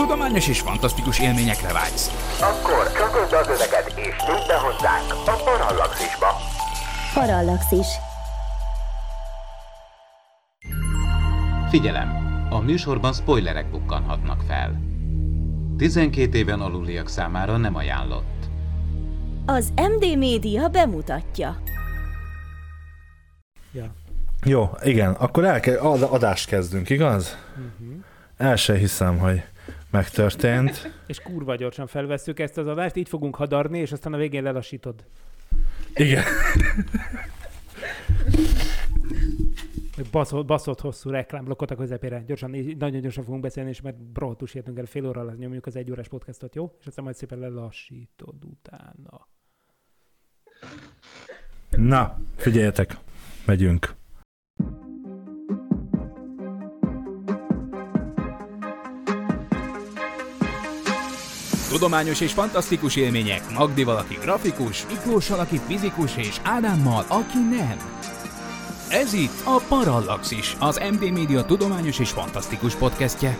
tudományos és fantasztikus élményekre vágysz. Akkor csatold be az öveket és nyújt be hozzánk a Parallaxisba. Parallaxis. Figyelem! A műsorban spoilerek bukkanhatnak fel. 12 éven aluliak számára nem ajánlott. Az MD Média bemutatja. Ja. Jó, igen, akkor adást kezdünk, igaz? El se hiszem, hogy megtörtént. És kurva gyorsan felvesszük ezt az adást, így fogunk hadarni, és aztán a végén lelassítod. Igen. Baszott hosszú reklámblokkot a közepére. Nagyon gyorsan fogunk beszélni, és mert brohatus értünk el, fél óra nyomjuk az 1 órás podcastot, jó? És aztán majd szépen lelassítod utána. Na, figyeljetek, megyünk. Tudományos és fantasztikus élmények Magdival, aki grafikus, Miklóssal, aki fizikus, és Ádámmal, aki nem. Ez itt a Parallaxis, az MD Média tudományos és fantasztikus podcastje.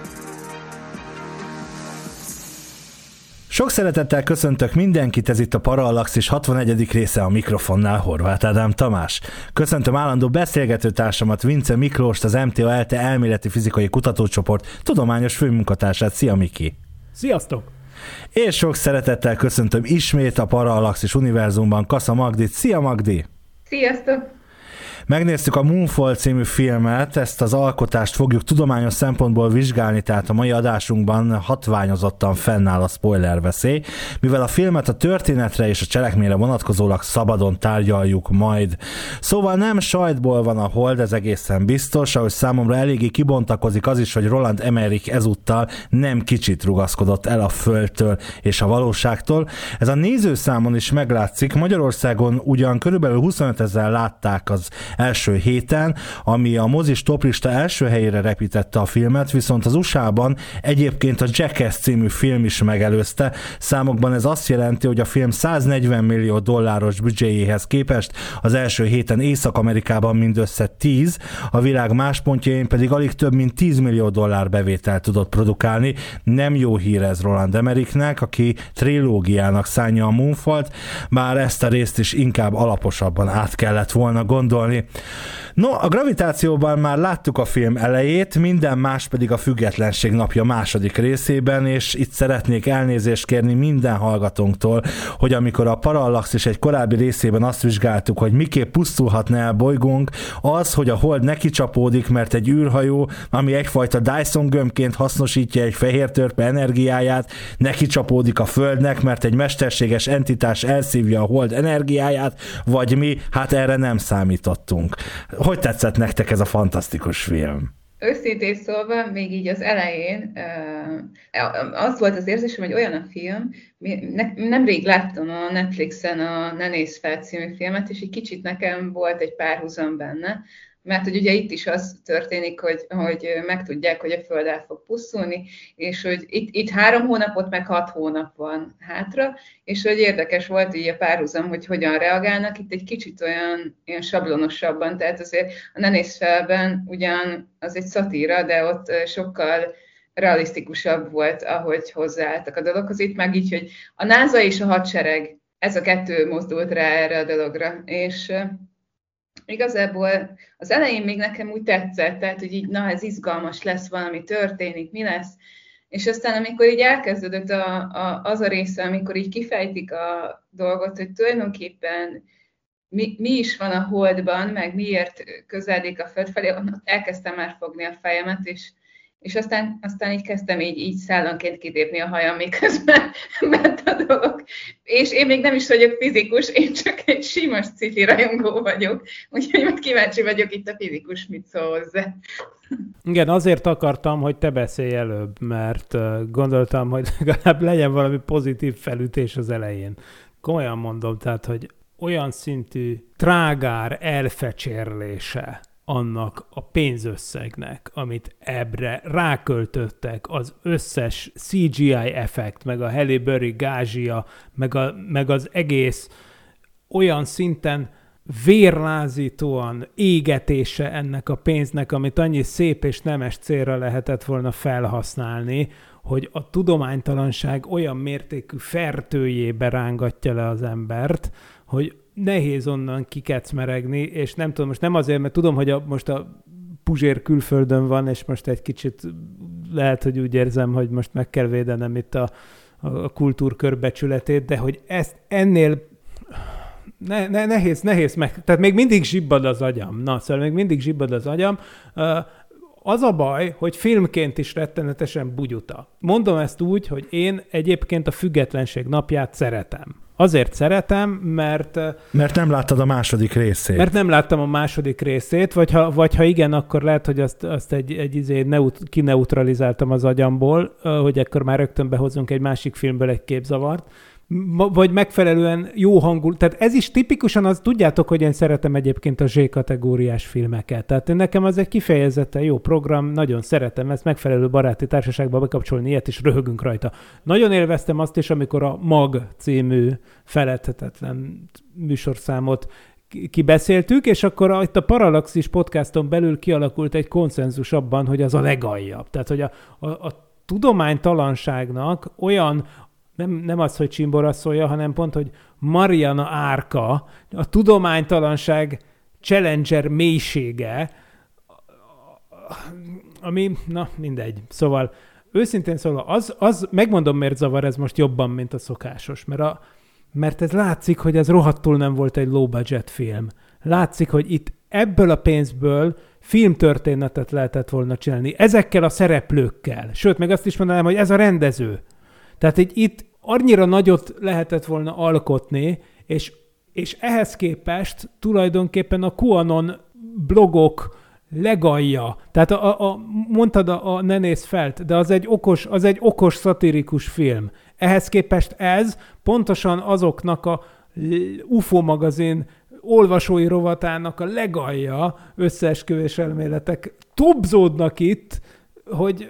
Sok szeretettel köszöntök mindenkit, ez itt a Parallaxis 61. része, a mikrofonnál Horváth Ádám Tamás. Köszöntöm állandó beszélgetőtársamat, Vince Miklóst, az MTA-ELTE elméleti fizikai kutatócsoport tudományos főmunkatársát. Szia, Miki! Sziasztok! És sok szeretettel köszöntöm ismét a Parallaxis univerzumban Kassa Magdit. Szia, Magdi! Sziasztok! Megnéztük a Moonfall című filmet, ezt az alkotást fogjuk tudományos szempontból vizsgálni, tehát a mai adásunkban hatványozottan fennáll a spoiler veszély, mivel a filmet a történetre és a cselekményre vonatkozólag szabadon tárgyaljuk majd. Szóval nem sajtból van a hold, ez egészen biztos, ahogy számomra eléggé kibontakozik az is, hogy Roland Emmerich ezúttal nem kicsit rugaszkodott el a földtől és a valóságtól. Ez a nézőszámon is meglátszik, Magyarországon ugyan körülbelül 25 000 látták az első héten, ami a mozis toplista első helyére repítette a filmet, viszont az USA-ban egyébként a Jackass című film is megelőzte. Számokban ez azt jelenti, hogy a film $140 millió büdzséjéhez képest az első héten Észak-Amerikában mindössze 10, a világ más pontjain pedig alig több mint $10 millió bevételt tudott produkálni. Nem jó hír ez Roland Emmerichnek, aki trilógiának szánja a Moonfallt, bár ezt a részt is inkább alaposabban át kellett volna gondolni. No, a gravitációban már láttuk a film elejét, minden más pedig a Függetlenség napja második részében, és itt szeretnék elnézést kérni minden hallgatónktól, hogy amikor a Parallaxis egy korábbi részében azt vizsgáltuk, hogy miképp pusztulhatna el bolygónk, az, hogy a hold neki csapódik, mert egy űrhajó, ami egyfajta Dyson gömbként hasznosítja egy fehér törpe energiáját, neki csapódik a Földnek, mert egy mesterséges entitás elszívja a hold energiáját, vagy mi, hát erre nem számítottunk. Hogy tetszett nektek ez a fantasztikus film? Őszintén szólva, még így az elején az volt az érzésem, hogy olyan a film, nemrég láttam a Netflixen a Ne nézz fel című filmet, és egy kicsit nekem volt egy párhuzam benne, mert hogy ugye itt is az történik, hogy megtudják, hogy a Föld el fog pusztulni, és hogy itt 3 hónapot, meg 6 hónap van hátra, és hogy érdekes volt így a párhuzam, hogy hogyan reagálnak, itt egy kicsit olyan sablonosabban, tehát azért a Ne nézz felben ugyan az egy szatíra, de ott sokkal realisztikusabb volt, ahogy hozzáálltak a dologhoz. Itt meg így, hogy a NASA és a hadsereg, ez a kettő mozdult rá erre a dologra, és igazából az elején még nekem úgy tetszett, tehát, hogy így, na, ez izgalmas lesz, valami történik, mi lesz, és aztán amikor így elkezdődött az a része, amikor így kifejtik a dolgot, hogy tulajdonképpen mi is van a holdban, meg miért közeledik a Föld felé, elkezdtem már fogni a fejemet, és aztán így kezdtem így szállanként kitépni a hajam, miközben ment a dolog. És én még nem is vagyok fizikus, én csak egy sima sci-fi rajongó vagyok, úgyhogy majd kíváncsi vagyok itt a fizikus mit szól hozzá. Igen, azért akartam, hogy te beszélj előbb, mert gondoltam, hogy legalább legyen valami pozitív felütés az elején. Komolyan mondom, tehát, hogy olyan szintű trágár elfecsérlése annak a pénzösszegnek, amit ebbre ráköltöttek, az összes CGI effekt, meg a Halle Berry gázsia, meg az egész olyan szinten vérlázítóan égetése ennek a pénznek, amit annyi szép és nemes célra lehetett volna felhasználni, hogy a tudománytalanság olyan mértékű fertőjébe rángatja le az embert, hogy nehéz onnan kikecmeregni, és nem tudom, most nem azért, mert tudom, hogy most a Puzsér külföldön van, és most egy kicsit lehet, hogy úgy érzem, hogy most meg kell védenem itt a kultúrkör becsületét, de hogy ezt ennél nehéz meg, tehát még mindig zsibbad az agyam. Szóval még mindig zsibbad az agyam. Az a baj, hogy filmként is rettenetesen bugyuta. Mondom ezt úgy, hogy én egyébként a Függetlenség napját szeretem. Azért szeretem, mert nem láttad a második részét. Mert nem láttam a második részét, vagy ha igen, akkor lehet, hogy azt kineutralizáltam az agyamból, hogy akkor már rögtön behozunk egy másik filmből egy képzavart, vagy megfelelően jó hangul. Tehát ez is tipikusan az, tudjátok, hogy én szeretem egyébként a Z-kategóriás filmeket. Tehát nekem az egy kifejezetten jó program, nagyon szeretem ezt megfelelő baráti társaságba bekapcsolni ilyet, és röhögünk rajta. Nagyon élveztem azt is, amikor a MAG című feledhetetlen műsorszámot kibeszéltük, és akkor itt a Parallaxis podcaston belül kialakult egy konszenzus abban, hogy az a legaljabb. Tehát, hogy a tudománytalanságnak olyan nem az, hogy csimboraszolja, hanem pont, hogy Mariana árka, a tudománytalanság Challenger mélysége, ami, na mindegy. Szóval őszintén szólva, az megmondom, miért zavar ez most jobban, mint a szokásos, mert ez látszik, hogy ez rohadtul nem volt egy low budget film. Látszik, hogy itt ebből a pénzből filmtörténetet lehetett volna csinálni, ezekkel a szereplőkkel. Sőt, meg azt is mondanám, hogy ez a rendező. Tehát itt annyira nagyot lehetett volna alkotni, és ehhez képest tulajdonképpen a QAnon blogok legalja. Tehát mondtad a Ne nézz felt, de az egy okos szatirikus film. Ehhez képest ez pontosan azoknak a UFO magazin olvasói rovatának a legalja, összeesküvés elméletek tobzódnak itt, hogy...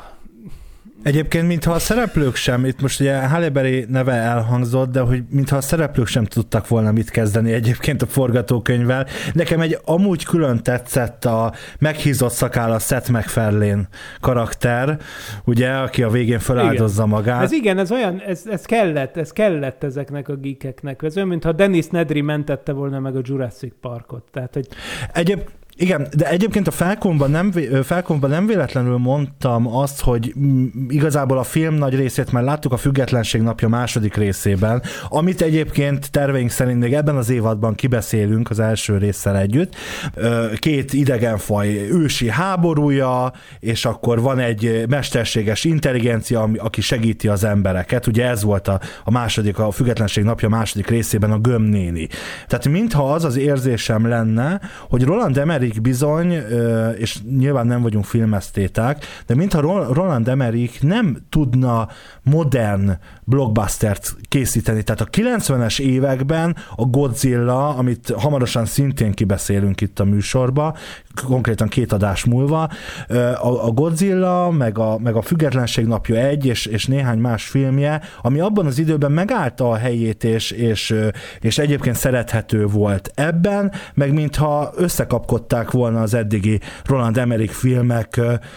Egyébként, mintha a szereplők sem, itt most ugye Halle Berry neve elhangzott, de hogy mintha a szereplők sem tudtak volna mit kezdeni egyébként a forgatókönyvvel. Nekem amúgy külön tetszett a meghízott szakálla Seth MacFarlane karakter, ugye, aki a végén feláldozza magát. Ez olyan, ez kellett ezeknek a geekeknek. Ez olyan, mintha Dennis Nedry mentette volna meg a Jurassic Parkot. Tehát, hogy... Igen, de egyébként a Falconban nem véletlenül mondtam azt, hogy igazából a film nagy részét már láttuk a Függetlenség napja második részében, amit egyébként terveink szerint még ebben az évadban kibeszélünk az első résszel együtt. Két idegenfaj ősi háborúja, és akkor van egy mesterséges intelligencia, aki segíti az embereket. Ugye ez volt a Függetlenség napja második részében a gömbnéni. Tehát mintha az érzésem lenne, hogy Roland Emmerich bizony, és nyilván nem vagyunk filmesztéták, de mintha Roland Emmerich nem tudna modern blockbustert készíteni. Tehát a 90-es években a Godzilla, amit hamarosan szintén kibeszélünk itt a műsorba, konkrétan 2 adás múlva, a Godzilla, meg a Függetlenség napja 1, és néhány más filmje, ami abban az időben megállta a helyét, és egyébként szerethető volt ebben, meg mintha összekapkodták volna az eddigi Roland Emmerich filmek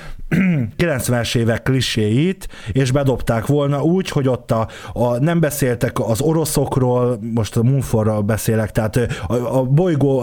90-es évek kliséit, és bedobták volna úgy, hogy ott nem beszéltek az oroszokról, most a Moonfallról beszélek, tehát a bolygó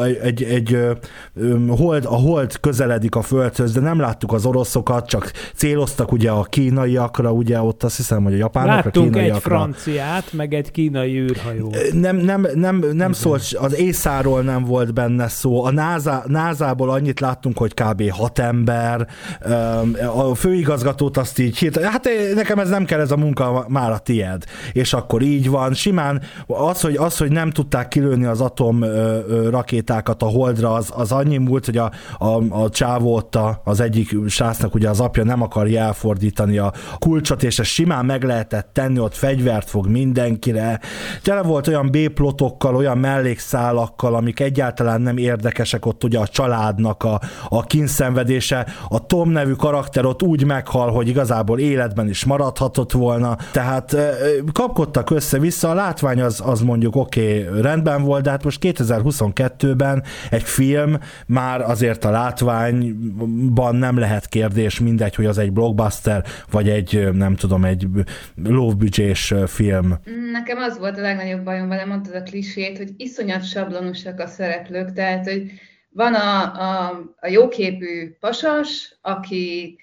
a hold közeledik a Földhöz, de nem láttuk az oroszokat, csak céloztak ugye a kínaiakra, ugye ott azt hiszem, hogy a japánokra, láttunk kínaiakra. Egy franciát, meg egy kínai űrhajót. Nem szólt, az ESA-ról nem volt benne szó, a NASA-ból annyit láttunk, hogy kb. 6 ember, a főigazgatót azt így hirtelen, hát nekem ez nem kell, ez a munka már a tied. És akkor így van. Simán az, hogy nem tudták kilőni az atom rakétákat a Holdra, az annyi múlt, hogy a csávó ott az egyik sásznak ugye az apja nem akarja elfordítani a kulcsot, és ezt simán meg lehetett tenni, ott fegyvert fog mindenkire. Tele volt olyan B-plotokkal, olyan mellékszálakkal, amik egyáltalán nem érdekesek, ott ugye a családnak a kínszenvedése, a Tom nevű karakter karakter ott úgy meghal, hogy igazából életben is maradhatott volna, tehát kapkodtak össze-vissza, a látvány az mondjuk oké, rendben volt, de hát most 2022-ben egy film már azért a látványban nem lehet kérdés, mindegy, hogy az egy blockbuster, vagy egy, nem tudom, egy low-budgés film. Nekem az volt a legnagyobb bajom vele, mondtad a klisét, hogy iszonyat sablonosak a szereplők, tehát, hogy van a jóképű pasas, aki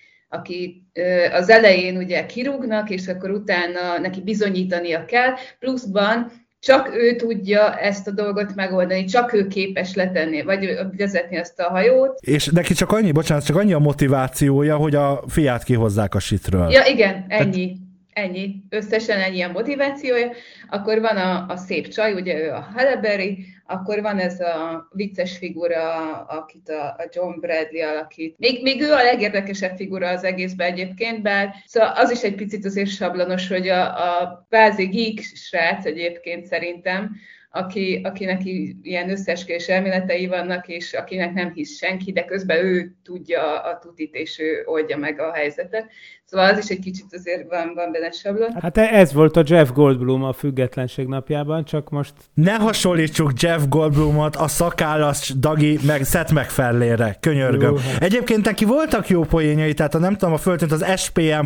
az elején ugye kirúgnak, és akkor utána neki bizonyítania kell, pluszban csak ő tudja ezt a dolgot megoldani, csak ő képes letenni, vagy vezetni azt a hajót. És neki csak annyi a motivációja, hogy a fiát kihozzák a sitről. Ja, igen, ennyi. Összesen ennyi a motivációja. Akkor van a szép csaj, ugye ő a Halle Berry, akkor van ez a vicces figura, akit a John Bradley alakít. Még ő a legérdekesebb figura az egészben egyébként, bár szóval az is egy picit azért sablonos, hogy a kvázi geek srác egyébként szerintem, akinek ilyen összeesküvés elméletei vannak, és akinek nem hisz senki, de közben ő tudja a tutit, és ő oldja meg a helyzetet. Szóval az is egy kicsit azért van benne sablon. Hát ez volt a Jeff Goldblum a Függetlenség napjában, csak most... Ne hasonlítsuk Jeff Goldblumot a szakállas Dagi meg Seth MacFarlane-re, könyörgöm. Jó. Egyébként neki voltak jó poénjai, tehát nem tudom, a föltűnt az SPM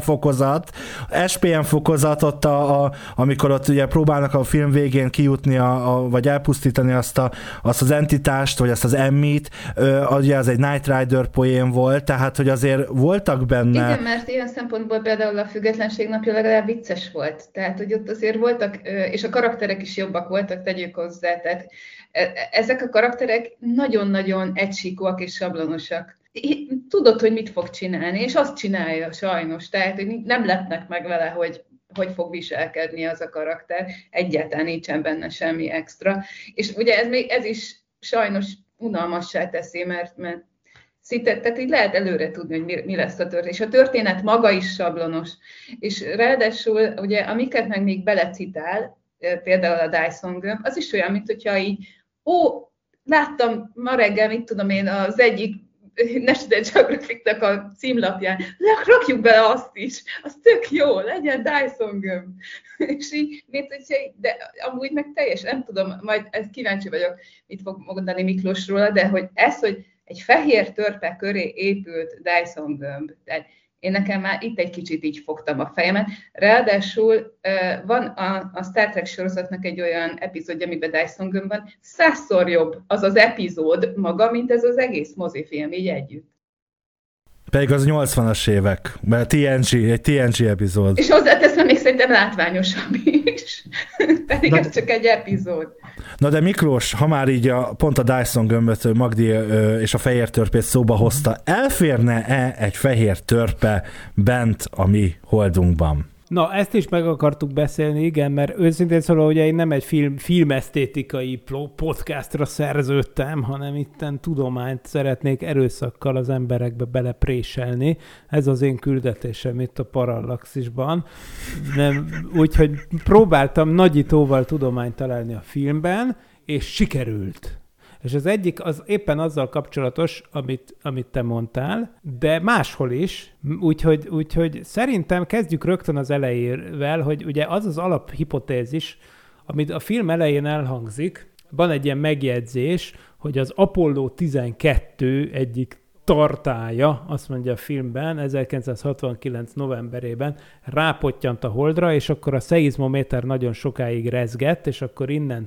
fokozat ott, amikor ott ugye próbálnak a film végén kijutni, vagy elpusztítani azt az entitást, vagy azt az Emmyt, ugye az egy Knight Rider poén volt, tehát hogy azért voltak benne... Igen, mert ilyen szempontból például a Függetlenség napja legalább vicces volt. Tehát, hogy ott azért voltak, és a karakterek is jobbak voltak, tegyük hozzá. Tehát ezek a karakterek nagyon-nagyon egysíkúak és sablonosak. Tudod, hogy mit fog csinálni, és azt csinálja sajnos. Tehát, hogy nem lepnek meg vele, hogy fog viselkedni az a karakter. Egyáltalán nincsen benne semmi extra. És ugye ez is sajnos unalmassá teszi, mert szinte, tehát így lehet előre tudni, hogy mi lesz a történet. És a történet maga is sablonos. És ráadásul, ugye, amiket meg még belecitál, például a Dyson gömb, az is olyan, mint hogyha így, láttam ma reggel, mit tudom én, az egyik National Geographic-nak a címlapján, rakjuk bele azt is, az tök jó, legyen Dyson gömb. És így, de amúgy meg nem tudom, majd kíváncsi vagyok, mit fog mondani Miklós róla, de hogy egy fehér törpe köré épült Dyson gömb, tehát én nekem már itt egy kicsit így fogtam a fejemet. Ráadásul van a Star Trek sorozatnak egy olyan epizódja, amiben Dyson gömb van, 100-szor jobb az az epizód maga, mint ez az egész mozifilm így együtt. Pedig az 80-as évek, mert egy TNG epizód. És hozzáteszem, még szerintem látványosabb is. Pedig ez csak egy epizód. Na de Miklós, ha már így pont a Dyson gömböt Magdi és a fehér törpét szóba hozta, elférne-e egy fehér törpe bent a mi holdunkban? Na, ezt is meg akartuk beszélni, igen, mert őszintén szólva, ugye én nem egy filmesztétikai podcastra szerződtem, hanem itten tudományt szeretnék erőszakkal az emberekbe belepréselni. Ez az én küldetésem itt a Parallaxisban. Úgyhogy próbáltam nagyítóval tudományt találni a filmben, és sikerült. És az egyik az éppen azzal kapcsolatos, amit te mondtál, de máshol is, úgyhogy szerintem kezdjük rögtön az elejével, hogy ugye az az alaphipotézis, amit a film elején elhangzik, van egy ilyen megjegyzés, hogy az Apollo 12 egyik tartálya, azt mondja a filmben, 1969. novemberében rápottyant a Holdra, és akkor a szeizmométer nagyon sokáig rezgett, és akkor innen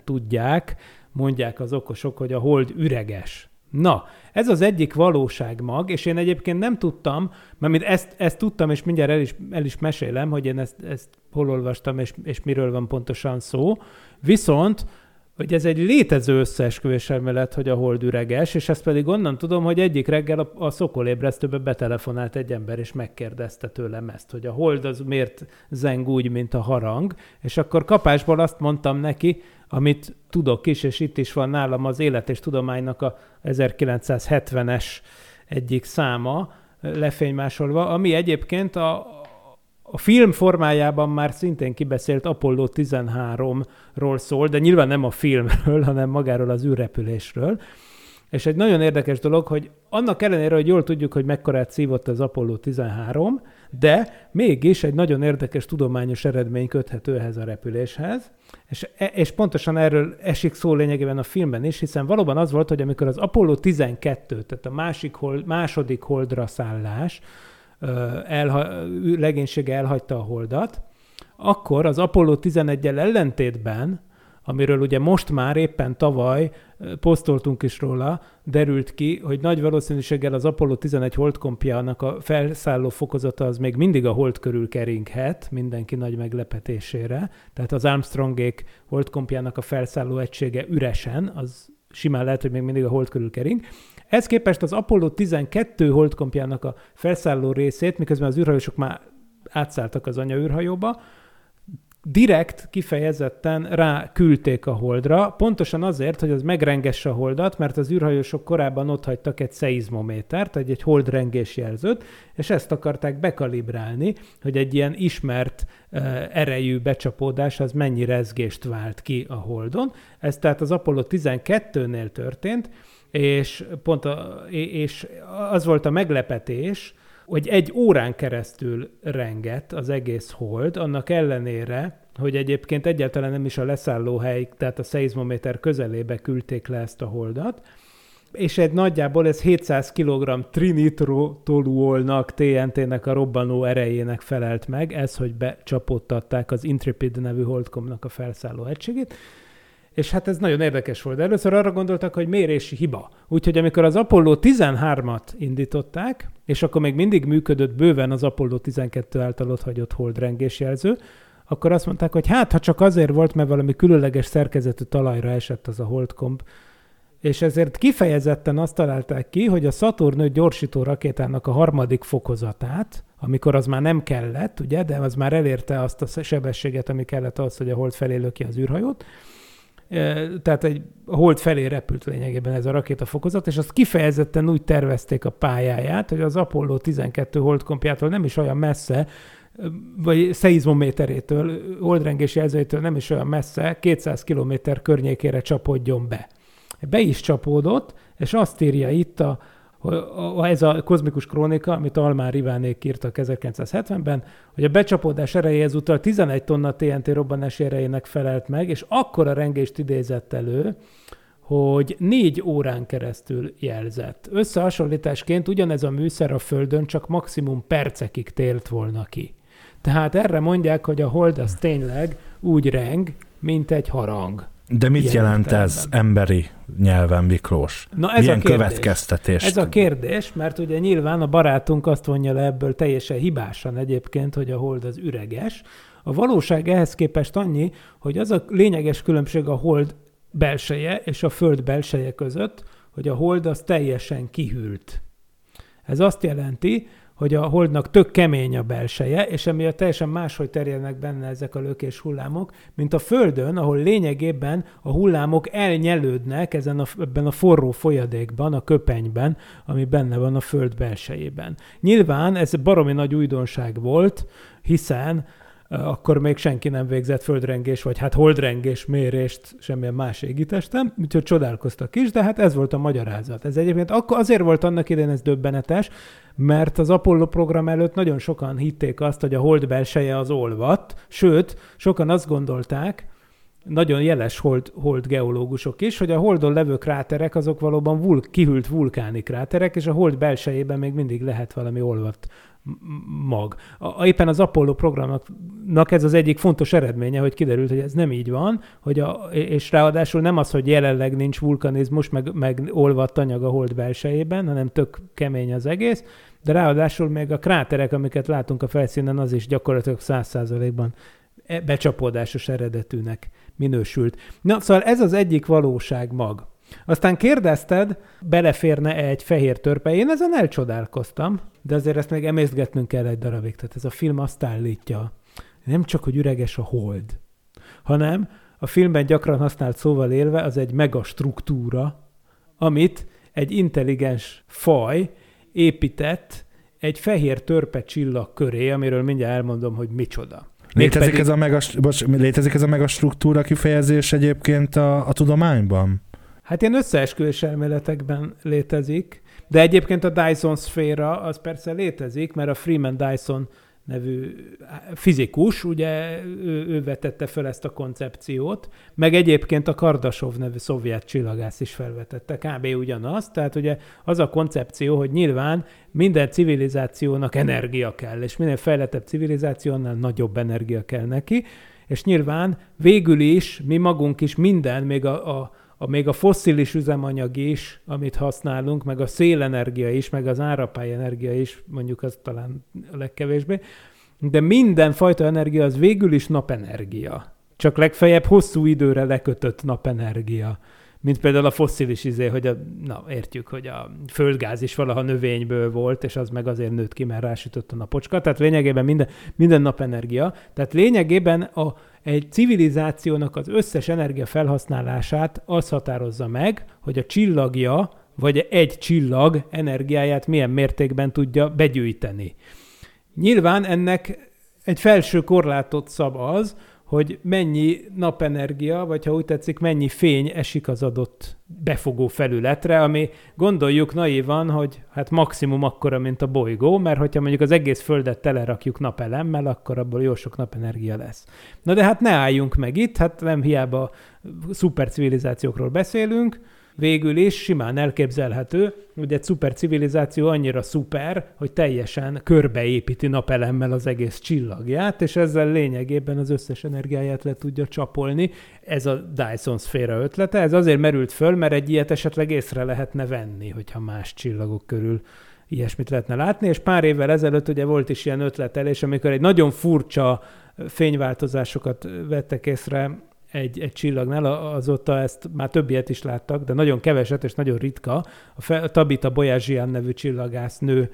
mondják az okosok, hogy a Hold üreges. Na, ez az egyik valóságmag, és én egyébként nem tudtam, mert ezt tudtam, és mindjárt el is mesélem, hogy én ezt hol olvastam, és miről van pontosan szó. Viszont, hogy ez egy létező összeesküvés elmélet, hogy a Hold üreges, és ezt pedig onnan tudom, hogy egyik reggel a Szokolébresztőbe betelefonált egy ember, és megkérdezte tőlem ezt, hogy a Hold az miért zeng úgy, mint a harang, és akkor kapásból azt mondtam neki, amit tudok is, és itt is van nálam az Élet és Tudománynak a 1970-es egyik száma lefénymásolva, ami egyébként a film formájában már szintén kibeszélt Apollo 13-ról szól, de nyilván nem a filmről, hanem magáról az űrrepülésről. És egy nagyon érdekes dolog, hogy annak ellenére, hogy jól tudjuk, hogy mekkorát szívott az Apollo 13, de mégis egy nagyon érdekes tudományos eredmény köthető ehhez a repüléshez, és pontosan erről esik szó lényegében a filmben is, hiszen valóban az volt, hogy amikor az Apollo 12, tehát a második holdra szállás legénysége elhagyta a holdat, akkor az Apollo 11-el ellentétben, amiről ugye most már éppen tavaly posztoltunk is róla, derült ki, hogy nagy valószínűséggel az Apollo 11 holdkompjának a felszálló fokozata az még mindig a hold körül keringhet, mindenki nagy meglepetésére. Tehát az Armstrongék holdkompjának a felszálló egysége üresen, az simán lehet, hogy még mindig a hold körül kering. Ez képest az Apollo 12 holdkompjának a felszálló részét, miközben az űrhajósok már átszálltak az anyaűrhajóba, direkt kifejezetten ráküldték a holdra, pontosan azért, hogy az megrengesse a holdat, mert az űrhajósok korábban otthagytak egy szeizmométert, egy holdrengés jelzőt, és ezt akarták bekalibrálni, hogy egy ilyen ismert erejű becsapódás az mennyi rezgést vált ki a holdon. Ez tehát az Apollo 12-nél történt, és és az volt a meglepetés, hogy 1 órán keresztül rengett az egész hold, annak ellenére, hogy egyébként egyáltalán nem is a leszállóhely, tehát a szeizmométer közelébe küldték le ezt a holdat, és nagyjából ez 700 kg trinitrotoluolnak, TNT-nek a robbanó erejének felelt meg, ez, hogy becsapódtatták az Intrepid nevű holdkomnak a felszálló egységét. És hát ez nagyon érdekes volt. Először arra gondoltak, hogy mérési hiba. Úgyhogy amikor az Apollo 13-at indították, és akkor még mindig működött bőven az Apollo 12 által otthagyott holdrengésjelző, akkor azt mondták, hogy hát, ha csak azért volt, mert valami különleges szerkezetű talajra esett az a holdkomp, és ezért kifejezetten azt találták ki, hogy a Saturn 5 gyorsító rakétának a 3. fokozatát, amikor az már nem kellett, ugye, de az már elérte azt a sebességet, ami kellett ahhoz, hogy a hold felé löki az űrhajót, tehát a hold felé repült lényegében ez a rakétafokozat, és azt kifejezetten úgy tervezték a pályáját, hogy az Apollo 12 holdkompjától nem is olyan messze, vagy szeizmométerétől, holdrengés jelzőjétől nem is olyan messze, 200 km környékére csapódjon be. Be is csapódott, és azt írja itt ez a kozmikus krónika, amit Almár Ivánék írtak 1970-ben, hogy a becsapódás ereje ezúttal 11 tonna TNT robbanási erejének felelt meg, és akkora rengést idézett elő, hogy 4 órán keresztül jelzett. Összehasonlításként ugyanez a műszer a Földön csak maximum percekig télt volna ki. Tehát erre mondják, hogy a hold az tényleg úgy reng, mint egy harang. De mit jelent ez emberi nyelven, Miklós? Na ez milyen a kérdés. Következtetés? Ez a kérdés, mert ugye nyilván a barátunk azt vonja le ebből teljesen hibásan egyébként, hogy a hold az üreges. A valóság ehhez képest annyi, hogy az a lényeges különbség a hold belseje és a Föld belseje között, hogy a hold az teljesen kihűlt. Ez azt jelenti, hogy a holdnak tök kemény a belseje, és emiatt teljesen máshogy terjednek benne ezek a lökés hullámok, mint a Földön, ahol lényegében a hullámok elnyelődnek ebben a forró folyadékban, a köpenyben, ami benne van a Föld belsejében. Nyilván ez baromi nagy újdonság volt, hiszen akkor még senki nem végzett földrengés, vagy hát holdrengés mérést semmilyen más égitesten, úgyhogy csodálkoztak is, de hát ez volt a magyarázat. Ez egyébként azért volt annak idején ez döbbenetes, mert az Apollo program előtt nagyon sokan hitték azt, hogy a hold belseje az olvadt, sőt, sokan azt gondolták, nagyon jeles hold geológusok is, hogy a holdon levő kráterek azok valóban kihűlt vulkáni kráterek, és a hold belsejében még mindig lehet valami olvadt mag. Éppen az Apollo programnak ez az egyik fontos eredménye, hogy kiderült, hogy ez nem így van, és ráadásul nem az, hogy jelenleg nincs vulkanizmus, meg olvadt anyag a hold belsejében, hanem tök kemény az egész, de ráadásul még a kráterek, amiket látunk a felszínen, az is gyakorlatilag 100%-ban becsapódásos eredetűnek minősült. Na, szóval ez az egyik valóság mag. Aztán kérdezted, beleférne egy fehér törpe. Én ezen elcsodálkoztam, de azért ezt még emészgetnünk kell egy darabig. Tehát ez a film azt állítja, nem csak, hogy üreges a hold, hanem a filmben gyakran használt szóval élve az egy megastruktúra, amit egy intelligens faj épített egy fehér törpe csillag köré, amiről mindjárt elmondom, hogy micsoda. Létezik ez a megastruktúra kifejezés egyébként a tudományban? Hát ilyen összeesküvés elméletekben létezik, de egyébként a Dyson szféra az persze létezik, mert a Freeman Dyson nevű fizikus, ugye ő vetette fel ezt a koncepciót, meg egyébként a Kardashev nevű szovjet csillagász is felvetette, kb. Ugyanaz, tehát ugye az a koncepció, hogy nyilván minden civilizációnak energia kell, és minél fejlettebb civilizációnál nagyobb energia kell neki, és nyilván végül is mi magunk is minden, még a fosszilis üzemanyag is, amit használunk, meg a szélenergia is, meg az árapályenergia is, mondjuk az talán a legkevésbé, de mindenfajta energia az végül is napenergia. Csak legfeljebb hosszú időre lekötött napenergia. Mint például a fosszilis hogy értjük, hogy a földgáz is valaha növényből volt, és az meg azért nőtt ki, mert rásütött a napocska. Tehát lényegében minden napenergia. Tehát lényegében egy civilizációnak az összes energia felhasználását az határozza meg, hogy a csillagja, vagy egy csillag energiáját milyen mértékben tudja begyűjteni. Nyilván ennek egy felső korlátot szab az, hogy mennyi napenergia, vagy ha úgy tetszik, mennyi fény esik az adott befogó felületre, ami gondoljuk naívan, hogy hát maximum akkora, mint a bolygó, mert hogyha mondjuk az egész Földet telerakjuk napelemmel, akkor abból jó sok napenergia lesz. Na de hát ne álljunk meg itt, hát nem hiába szupercivilizációkról beszélünk, végül is simán elképzelhető, hogy egy szupercivilizáció annyira szuper, hogy teljesen körbeépíti napelemmel az egész csillagját, és ezzel lényegében az összes energiáját le tudja csapolni. Ez a Dyson szféra ötlete. Ez azért merült föl, mert egy ilyet esetleg észre lehetne venni, hogyha más csillagok körül ilyesmit lehetne látni, és pár évvel ezelőtt ugye volt is ilyen ötletelés, amikor egy nagyon furcsa fényváltozásokat vettek észre egy csillagnál, azóta ezt már több ilyet is láttak, de nagyon keveset és nagyon ritka. A Tabitha Bolyazsian nevű csillagásznő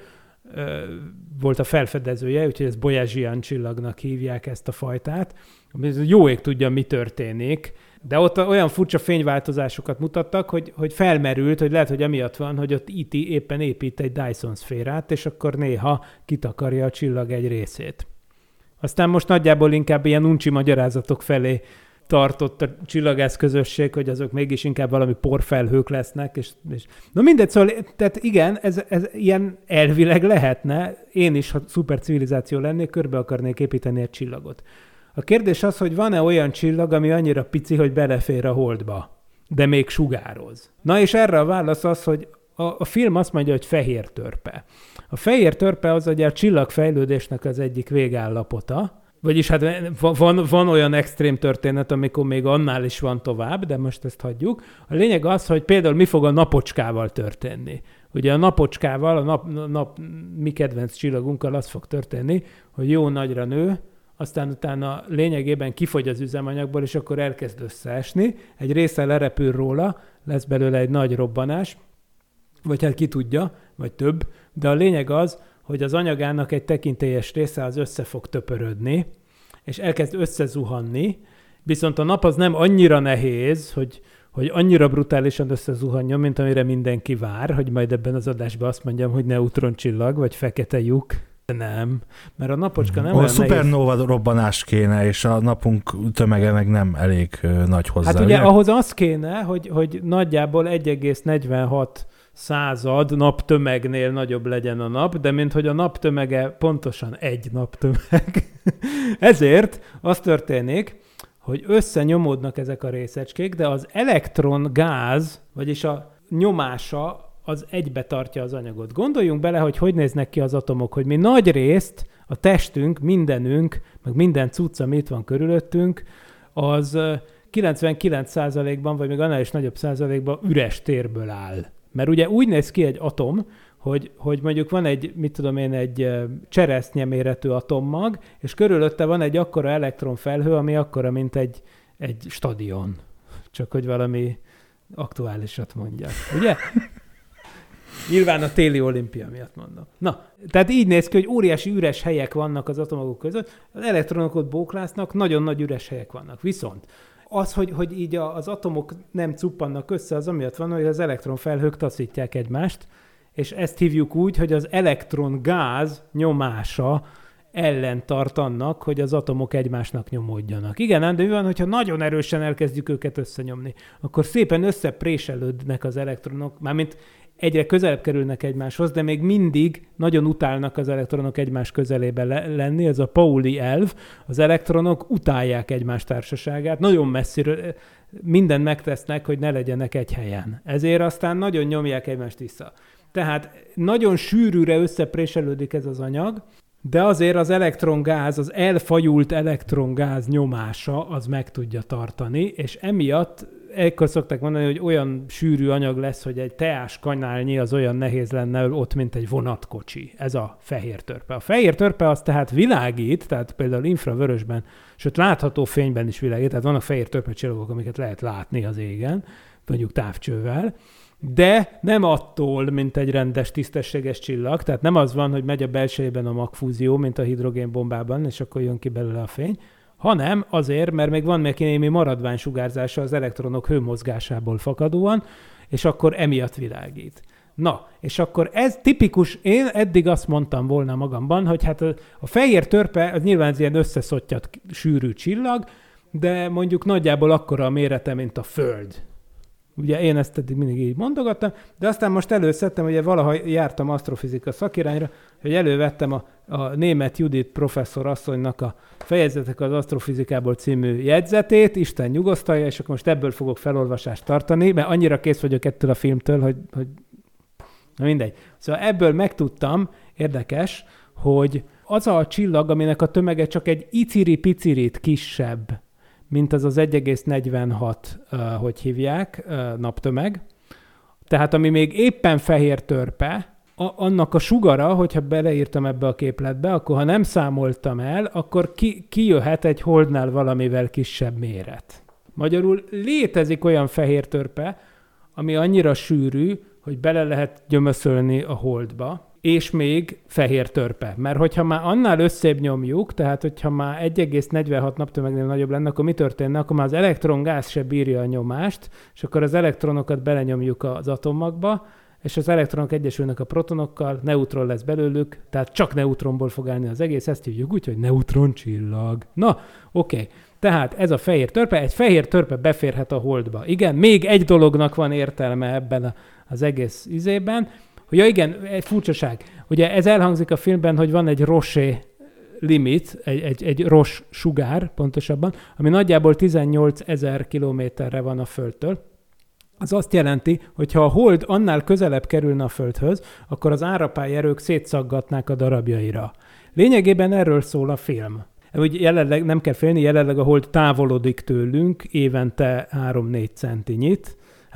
volt a felfedezője, úgyhogy ez Bolyazsian csillagnak hívják ezt a fajtát. Jó ég tudja, mi történik, de ott olyan furcsa fényváltozásokat mutattak, hogy felmerült, hogy lehet, hogy emiatt van, hogy ott E.T. éppen épít egy Dyson szférát, és akkor néha kitakarja a csillag egy részét. Aztán most nagyjából inkább ilyen uncsi magyarázatok felé tartott a csillagász közösség, hogy azok mégis inkább valami porfelhők lesznek, és na mindegy, szóval, tehát igen, ez ilyen elvileg lehetne, én is, ha szupercivilizáció lennék, körbe akarnék építeni egy csillagot. A kérdés az, hogy van-e olyan csillag, ami annyira pici, hogy belefér a Holdba, de még sugároz. Na és erre a válasz az, hogy a film azt mondja, hogy fehér törpe. A fehér törpe az ugye a csillagfejlődésnek az egyik végállapota, vagyis hát van olyan extrém történet, amikor még annál is van tovább, de most ezt hagyjuk. A lényeg az, hogy például mi fog a napocskával történni. Ugye a napocskával, mi kedvenc csillagunkkal az fog történni, hogy jó nagyra nő, aztán utána lényegében kifogy az üzemanyagból, és akkor elkezd összeesni. Egy része lerepül róla, lesz belőle egy nagy robbanás, vagy hát ki tudja, vagy több, de a lényeg az, hogy az anyagának egy tekintélyes része az össze fog töpörödni, és elkezd összezuhanni, viszont a nap az nem annyira nehéz, hogy annyira brutálisan összezuhanjon, mint amire mindenki vár, hogy majd ebben az adásban azt mondjam, hogy neutroncsillag, vagy fekete lyuk. Nem, mert a napocska nem olyan szupernóva robbanás kéne, és a napunk tömege meg nem elég nagy hozzá. Hát ugye ahhoz az kéne, hogy nagyjából 1,46 század naptömegnél nagyobb legyen a nap, de mint hogy a naptömege pontosan egy naptömeg. Ezért az történik, hogy összenyomódnak ezek a részecskék, de az elektrongáz, vagyis a nyomása az egybe tartja az anyagot. Gondoljunk bele, hogy néznek ki az atomok, hogy mi nagy részt a testünk, mindenünk, meg minden cucc, ami itt van körülöttünk, az 99%-ban, vagy még annál is nagyobb százalékban üres térből áll. Mert ugye úgy néz ki egy atom, hogy mondjuk van egy cseresznye méretű atommag, és körülötte van egy akkora elektronfelhő, ami akkora, mint egy stadion. Csak hogy valami aktuálisat mondjak. Ugye? Nyilván a téli olimpia miatt mondom. Na, tehát így néz ki, hogy óriási üres helyek vannak az atomok között, az elektronok ott bóklásznak, nagyon nagy üres helyek vannak. Viszont az, hogy így az atomok nem cuppannak össze, az amiatt van, hogy az elektronfelhők taszítják egymást, és ezt hívjuk úgy, hogy az elektrongáz nyomása ellen tart annak, hogy az atomok egymásnak nyomódjanak. Igen, de mi van, hogyha nagyon erősen elkezdjük őket összenyomni, akkor szépen összepréselődnek az elektronok, mármint egyre közelebb kerülnek egymáshoz, de még mindig nagyon utálnak az elektronok egymás közelébe lenni, ez a Pauli elv, az elektronok utálják egymás társaságát, nagyon messziről mindent megtesznek, hogy ne legyenek egy helyen. Ezért aztán nagyon nyomják egymást vissza. Tehát nagyon sűrűre összepréselődik ez az anyag, de azért az elektrongáz, az elfajult elektrongáz nyomása az meg tudja tartani, és emiatt ekkor szokták mondani, hogy olyan sűrű anyag lesz, hogy egy teás kanálnyi az olyan nehéz lenne ott, mint egy vonatkocsi. Ez a fehér törpe. A fehér törpe az tehát világít, tehát például infravörösben, sőt látható fényben is világít, tehát vannak fehér törpe csillagok, amiket lehet látni az égen, mondjuk távcsővel, de nem attól, mint egy rendes, tisztességes csillag, tehát nem az van, hogy megy a belsejében a magfúzió, mint a hidrogénbombában, és akkor jön ki belőle a fény, hanem azért, mert még van neki némi maradványsugárzása az elektronok hőmozgásából fakadóan, és akkor emiatt világít. Na, és akkor ez tipikus, én eddig azt mondtam volna magamban, hogy hát a fehér törpe az nyilván ilyen összeszottyat sűrű csillag, de mondjuk nagyjából akkora a mérete, mint a Föld. Ugye én ezt eddig mindig így mondogattam, de aztán most előszedtem, ugye valaha jártam asztrofizika szakirányra, hogy elővettem a német Judit professzor asszonynak a Fejezetek az asztrofizikából című jegyzetét, Isten nyugosztalja, és akkor most ebből fogok felolvasást tartani, mert annyira kész vagyok ettől a filmtől, hogy na mindegy. Szóval ebből megtudtam, érdekes, hogy az a csillag, aminek a tömege csak egy iciri-picirit kisebb, mint az 1,46, hogy hívják, naptömeg. Tehát ami még éppen fehér törpe, annak a sugara, hogyha beleírtam ebbe a képletbe, akkor ha nem számoltam el, akkor kijöhet egy holdnál valamivel kisebb méret. Magyarul létezik olyan fehér törpe, ami annyira sűrű, hogy bele lehet gyömöszölni a holdba, és még fehér törpe. Mert hogyha már annál összébb nyomjuk, tehát hogyha már 1,46 naptömegnél nagyobb lenne, akkor mi történne? Akkor már az elektrongáz se bírja a nyomást, és akkor az elektronokat belenyomjuk az atomokba, és az elektronok egyesülnek a protonokkal, neutron lesz belőlük, tehát csak neutronból fog állni az egész, ezt hívjuk úgy, hogy neutroncsillag. Na, oké. Tehát ez a fehér törpe, egy fehér törpe beférhet a holdba. Igen, még egy dolognak van értelme ebben az egész izében. Ja igen, egy furcsaság. Ugye ez elhangzik a filmben, hogy van egy Roche limit, egy Roche sugár pontosabban, ami nagyjából 18 000 kilométerre van a Földtől. Az azt jelenti, hogy ha a hold annál közelebb kerülne a Földhöz, akkor az árapályerők szétszaggatnák a darabjaira. Lényegében erről szól a film. Úgy jelenleg nem kell félni, jelenleg a hold távolodik tőlünk évente 3-4 centinyit,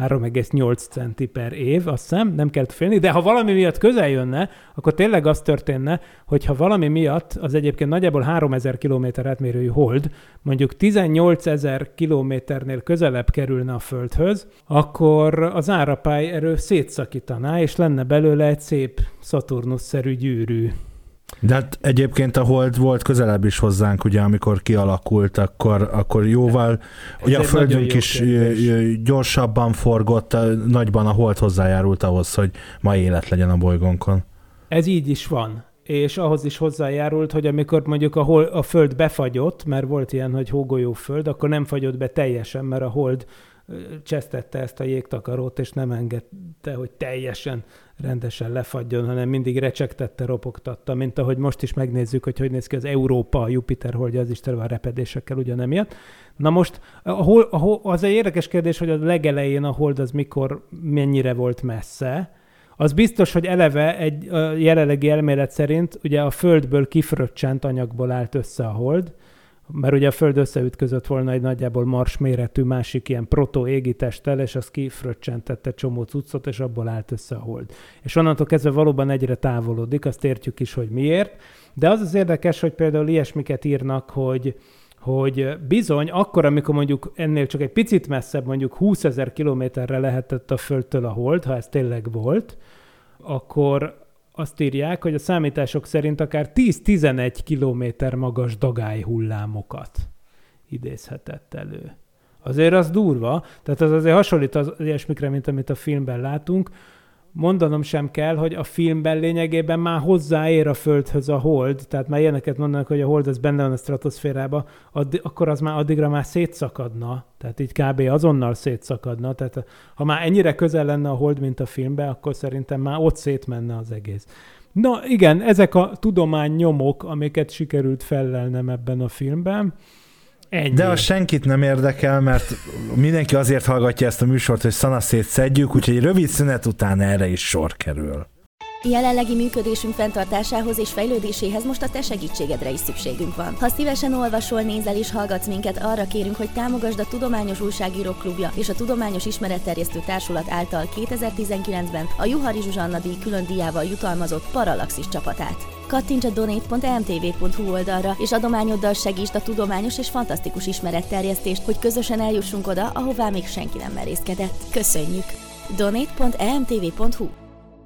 3,8 centi per év, azt hiszem, nem kell félni, de ha valami miatt közel jönne, akkor tényleg az történne, hogy ha valami miatt az egyébként nagyjából 3000 kilométer átmérőjű hold, mondjuk 18 000 kilométernél közelebb kerülne a Földhöz, akkor az árapályerő szétszakítaná, és lenne belőle egy szép Szaturnusz-szerű gyűrű. De hát egyébként a hold volt közelebb is hozzánk, ugye, amikor kialakult, akkor jóval, ugye a Földünk is gyorsabban forgott, nagyban a hold hozzájárult ahhoz, hogy ma élet legyen a bolygónkon. Ez így is van. És ahhoz is hozzájárult, hogy amikor mondjuk a Föld befagyott, mert volt ilyen, hogy hógolyóföld, akkor nem fagyott be teljesen, mert a hold csesztette ezt a jégtakarót, és nem engedte, hogy teljesen rendesen lefagyjon, hanem mindig recsegtette, ropogtatta, mint ahogy most is megnézzük, hogy néz ki az Európa, a Jupiter holdja, az is tele van repedésekkel ugyanemiatt. Na most az egy érdekes kérdés, hogy a legelején a hold az mennyire volt messze. Az biztos, hogy eleve egy jelenlegi elmélet szerint ugye a Földből kifröccsent anyagból állt össze a hold, mert ugye a Föld összeütközött volna egy nagyjából Mars méretű másik ilyen proto-égitesttel, és az kifröccsentette csomó cuccot, és abból állt össze a hold. És onnantól kezdve valóban egyre távolodik, azt értjük is, hogy miért. De az érdekes, hogy például ilyesmiket írnak, hogy bizony, akkor, amikor mondjuk ennél csak egy picit messzebb, mondjuk 20 000 kilométerre lehetett a Földtől a hold, ha ez tényleg volt, akkor azt írják, hogy a számítások szerint akár 10-11 kilométer magas dagályhullámokat idézhetett elő. Azért az durva, tehát az azért hasonlít az ilyesmikre, mint amit a filmben látunk. mondanom sem kell, hogy a filmben lényegében már hozzáér a Földhöz a hold, tehát már ilyeneket mondanak, hogy a hold az benne van a stratoszférában, akkor az már addigra már szétszakadna, tehát így kb. Azonnal szétszakadna, tehát ha már ennyire közel lenne a hold, mint a filmben, akkor szerintem már ott szétmenne az egész. Na igen, ezek a tudománynyomok, amiket sikerült fellelnem ebben a filmben. Ennyi. De az senkit nem érdekel, mert mindenki azért hallgatja ezt a műsort, hogy szanaszét szedjük, úgyhogy rövid szünet után erre is sor kerül. Jelenlegi működésünk fenntartásához és fejlődéséhez most a te segítségedre is szükségünk van. Ha szívesen olvasol, nézel és hallgatsz minket, arra kérünk, hogy támogasd a Tudományos Újságírók Klubja és a Tudományos Ismeretterjesztő Társulat által 2019-ben a Juhari Zsuzsanna díj külön díjával jutalmazott Parallaxis csapatát. Kattints a donate.emtv.hu oldalra, és adományoddal segítsd a tudományos és fantasztikus ismeretterjesztést, hogy közösen eljussunk oda, ahová még senki nem merészkedett. Köszönjük! donate.emtv.hu.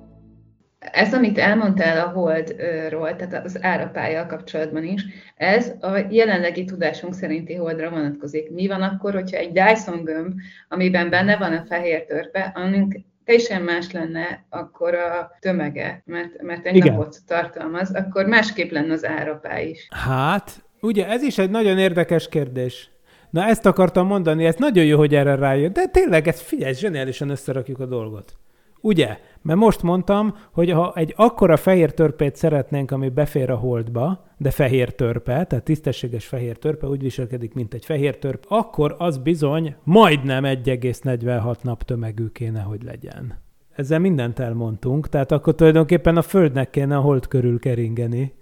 Ez, amit elmondtál a Holdról, tehát az árapályjal kapcsolatban is, ez a jelenlegi tudásunk szerinti Holdra vonatkozik. Mi van akkor, hogyha egy Dyson gömb, amiben benne van a fehér törpe, annak teljesen más lenne akkor a tömege, mert egy napot tartalmaz, akkor másképp lenne az árapály is. Hát, ugye ez is egy nagyon érdekes kérdés. Na ezt akartam mondani, ez nagyon jó, hogy erre rájön, de tényleg, ez figyelj, zseniálisan összerakjuk a dolgot. Ugye? Mert most mondtam, hogy ha egy akkora fehér törpét szeretnénk, ami befér a Holdba, de fehér törpe, tehát tisztességes fehér törpe, úgy viselkedik, mint egy fehér törpe, akkor az bizony majdnem 1,46 nap tömegű kéne, hogy legyen. Ezzel mindent elmondtunk, tehát akkor tulajdonképpen a Földnek kéne a Hold körül keringeni.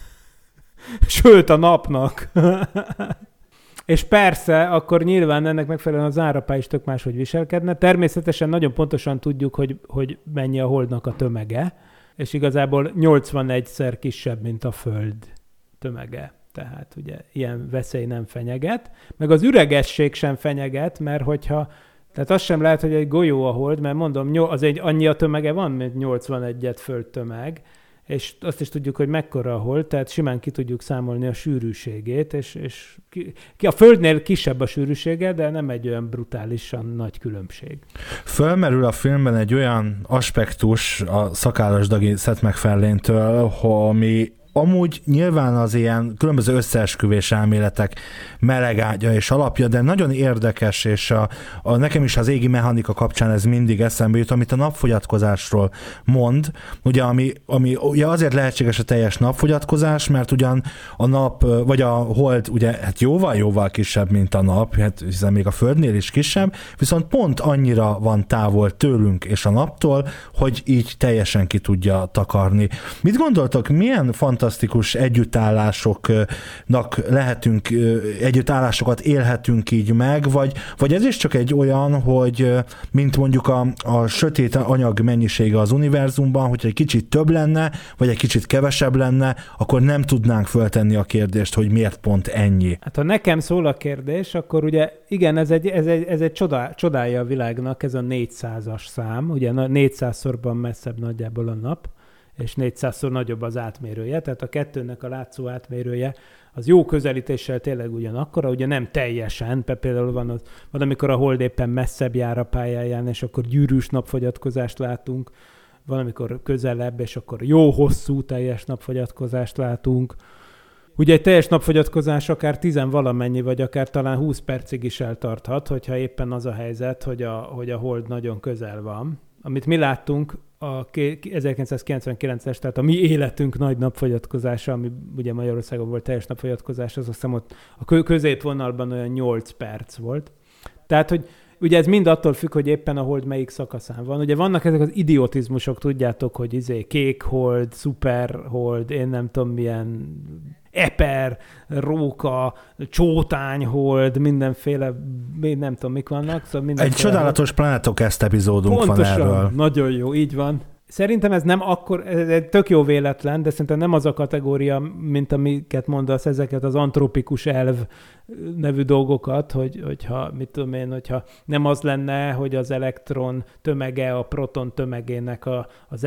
Sőt, a napnak. És persze, akkor nyilván ennek megfelelően az árapály is tök máshogy viselkedne. Természetesen nagyon pontosan tudjuk, hogy mennyi a Holdnak a tömege, és igazából 81-szer kisebb, mint a Föld tömege. Tehát ugye ilyen veszély nem fenyeget. Meg az üregesség sem fenyeget, mert hogyha... Tehát az sem lehet, hogy egy golyó a Hold, mert mondom, annyi a tömege van, mint 81-et Föld tömeg, és azt is tudjuk, hogy mekkora a Hold, tehát simán ki tudjuk számolni a sűrűségét, és a Földnél kisebb a sűrűsége, de nem egy olyan brutálisan nagy különbség. Fölmerül a filmben egy olyan aspektus a Szakállas Dagi Seth MacFarlane-től, ami amúgy nyilván az ilyen különböző összeesküvés elméletek melegágya és alapja, de nagyon érdekes, és nekem is az égi mechanika kapcsán ez mindig eszembe jut, amit a napfogyatkozásról mond, ugye, ami ugye azért lehetséges a teljes napfogyatkozás, mert ugyan a nap, vagy a Hold ugye hát jóval kisebb, mint a nap, hát hiszen még a Földnél is kisebb, viszont pont annyira van távol tőlünk és a naptól, hogy így teljesen ki tudja takarni. Mit gondoltok, milyen fantasztikus együttállásoknak lehetünk, együttállásokat élhetünk így meg, vagy ez is csak egy olyan, hogy mint mondjuk a sötét anyag mennyisége az univerzumban, hogy egy kicsit több lenne, vagy egy kicsit kevesebb lenne, akkor nem tudnánk föltenni a kérdést, hogy miért pont ennyi. Hát ha nekem szól a kérdés, akkor ugye igen, ez egy csodája a világnak, ez a 400-as szám, ugye 400-szorban messzebb nagyjából a nap, és 400-szor nagyobb az átmérője, tehát a kettőnek a látszó átmérője az jó közelítéssel tényleg ugyanakkora, ugye nem teljesen, például van amikor a Hold éppen messzebb jár a pályáján, és akkor gyűrűs napfogyatkozást látunk, van amikor közelebb, és akkor jó hosszú teljes napfogyatkozást látunk. Ugye egy teljes napfogyatkozás akár 10-valamennyi, vagy akár talán 20 percig is eltarthat, hogyha éppen az a helyzet, hogy a Hold nagyon közel van. Amit mi láttunk, a 1999-es, tehát a mi életünk nagy napfogyatkozása, ami ugye Magyarországon volt teljes napfogyatkozás, az azt hiszem ott a középvonalban olyan 8 perc volt. Tehát, hogy ugye ez mind attól függ, hogy éppen a Hold melyik szakaszán van. Ugye vannak ezek az idiotizmusok, tudjátok, hogy kék Hold, szuper Hold, én nem tudom milyen eper, róka, csótány Hold, mindenféle, nem tudom mik vannak. Szóval egy csodálatos Planetokest epizódunk pontosan, van erről. Nagyon jó, így van. Szerintem ez nem akkor, ez egy tök jó véletlen, de szerintem nem az a kategória, mint amiket mondasz, ezeket az antropikus elv nevű dolgokat, hogyha, mit tudom én, hogyha nem az lenne, hogy az elektron tömege a proton tömegének az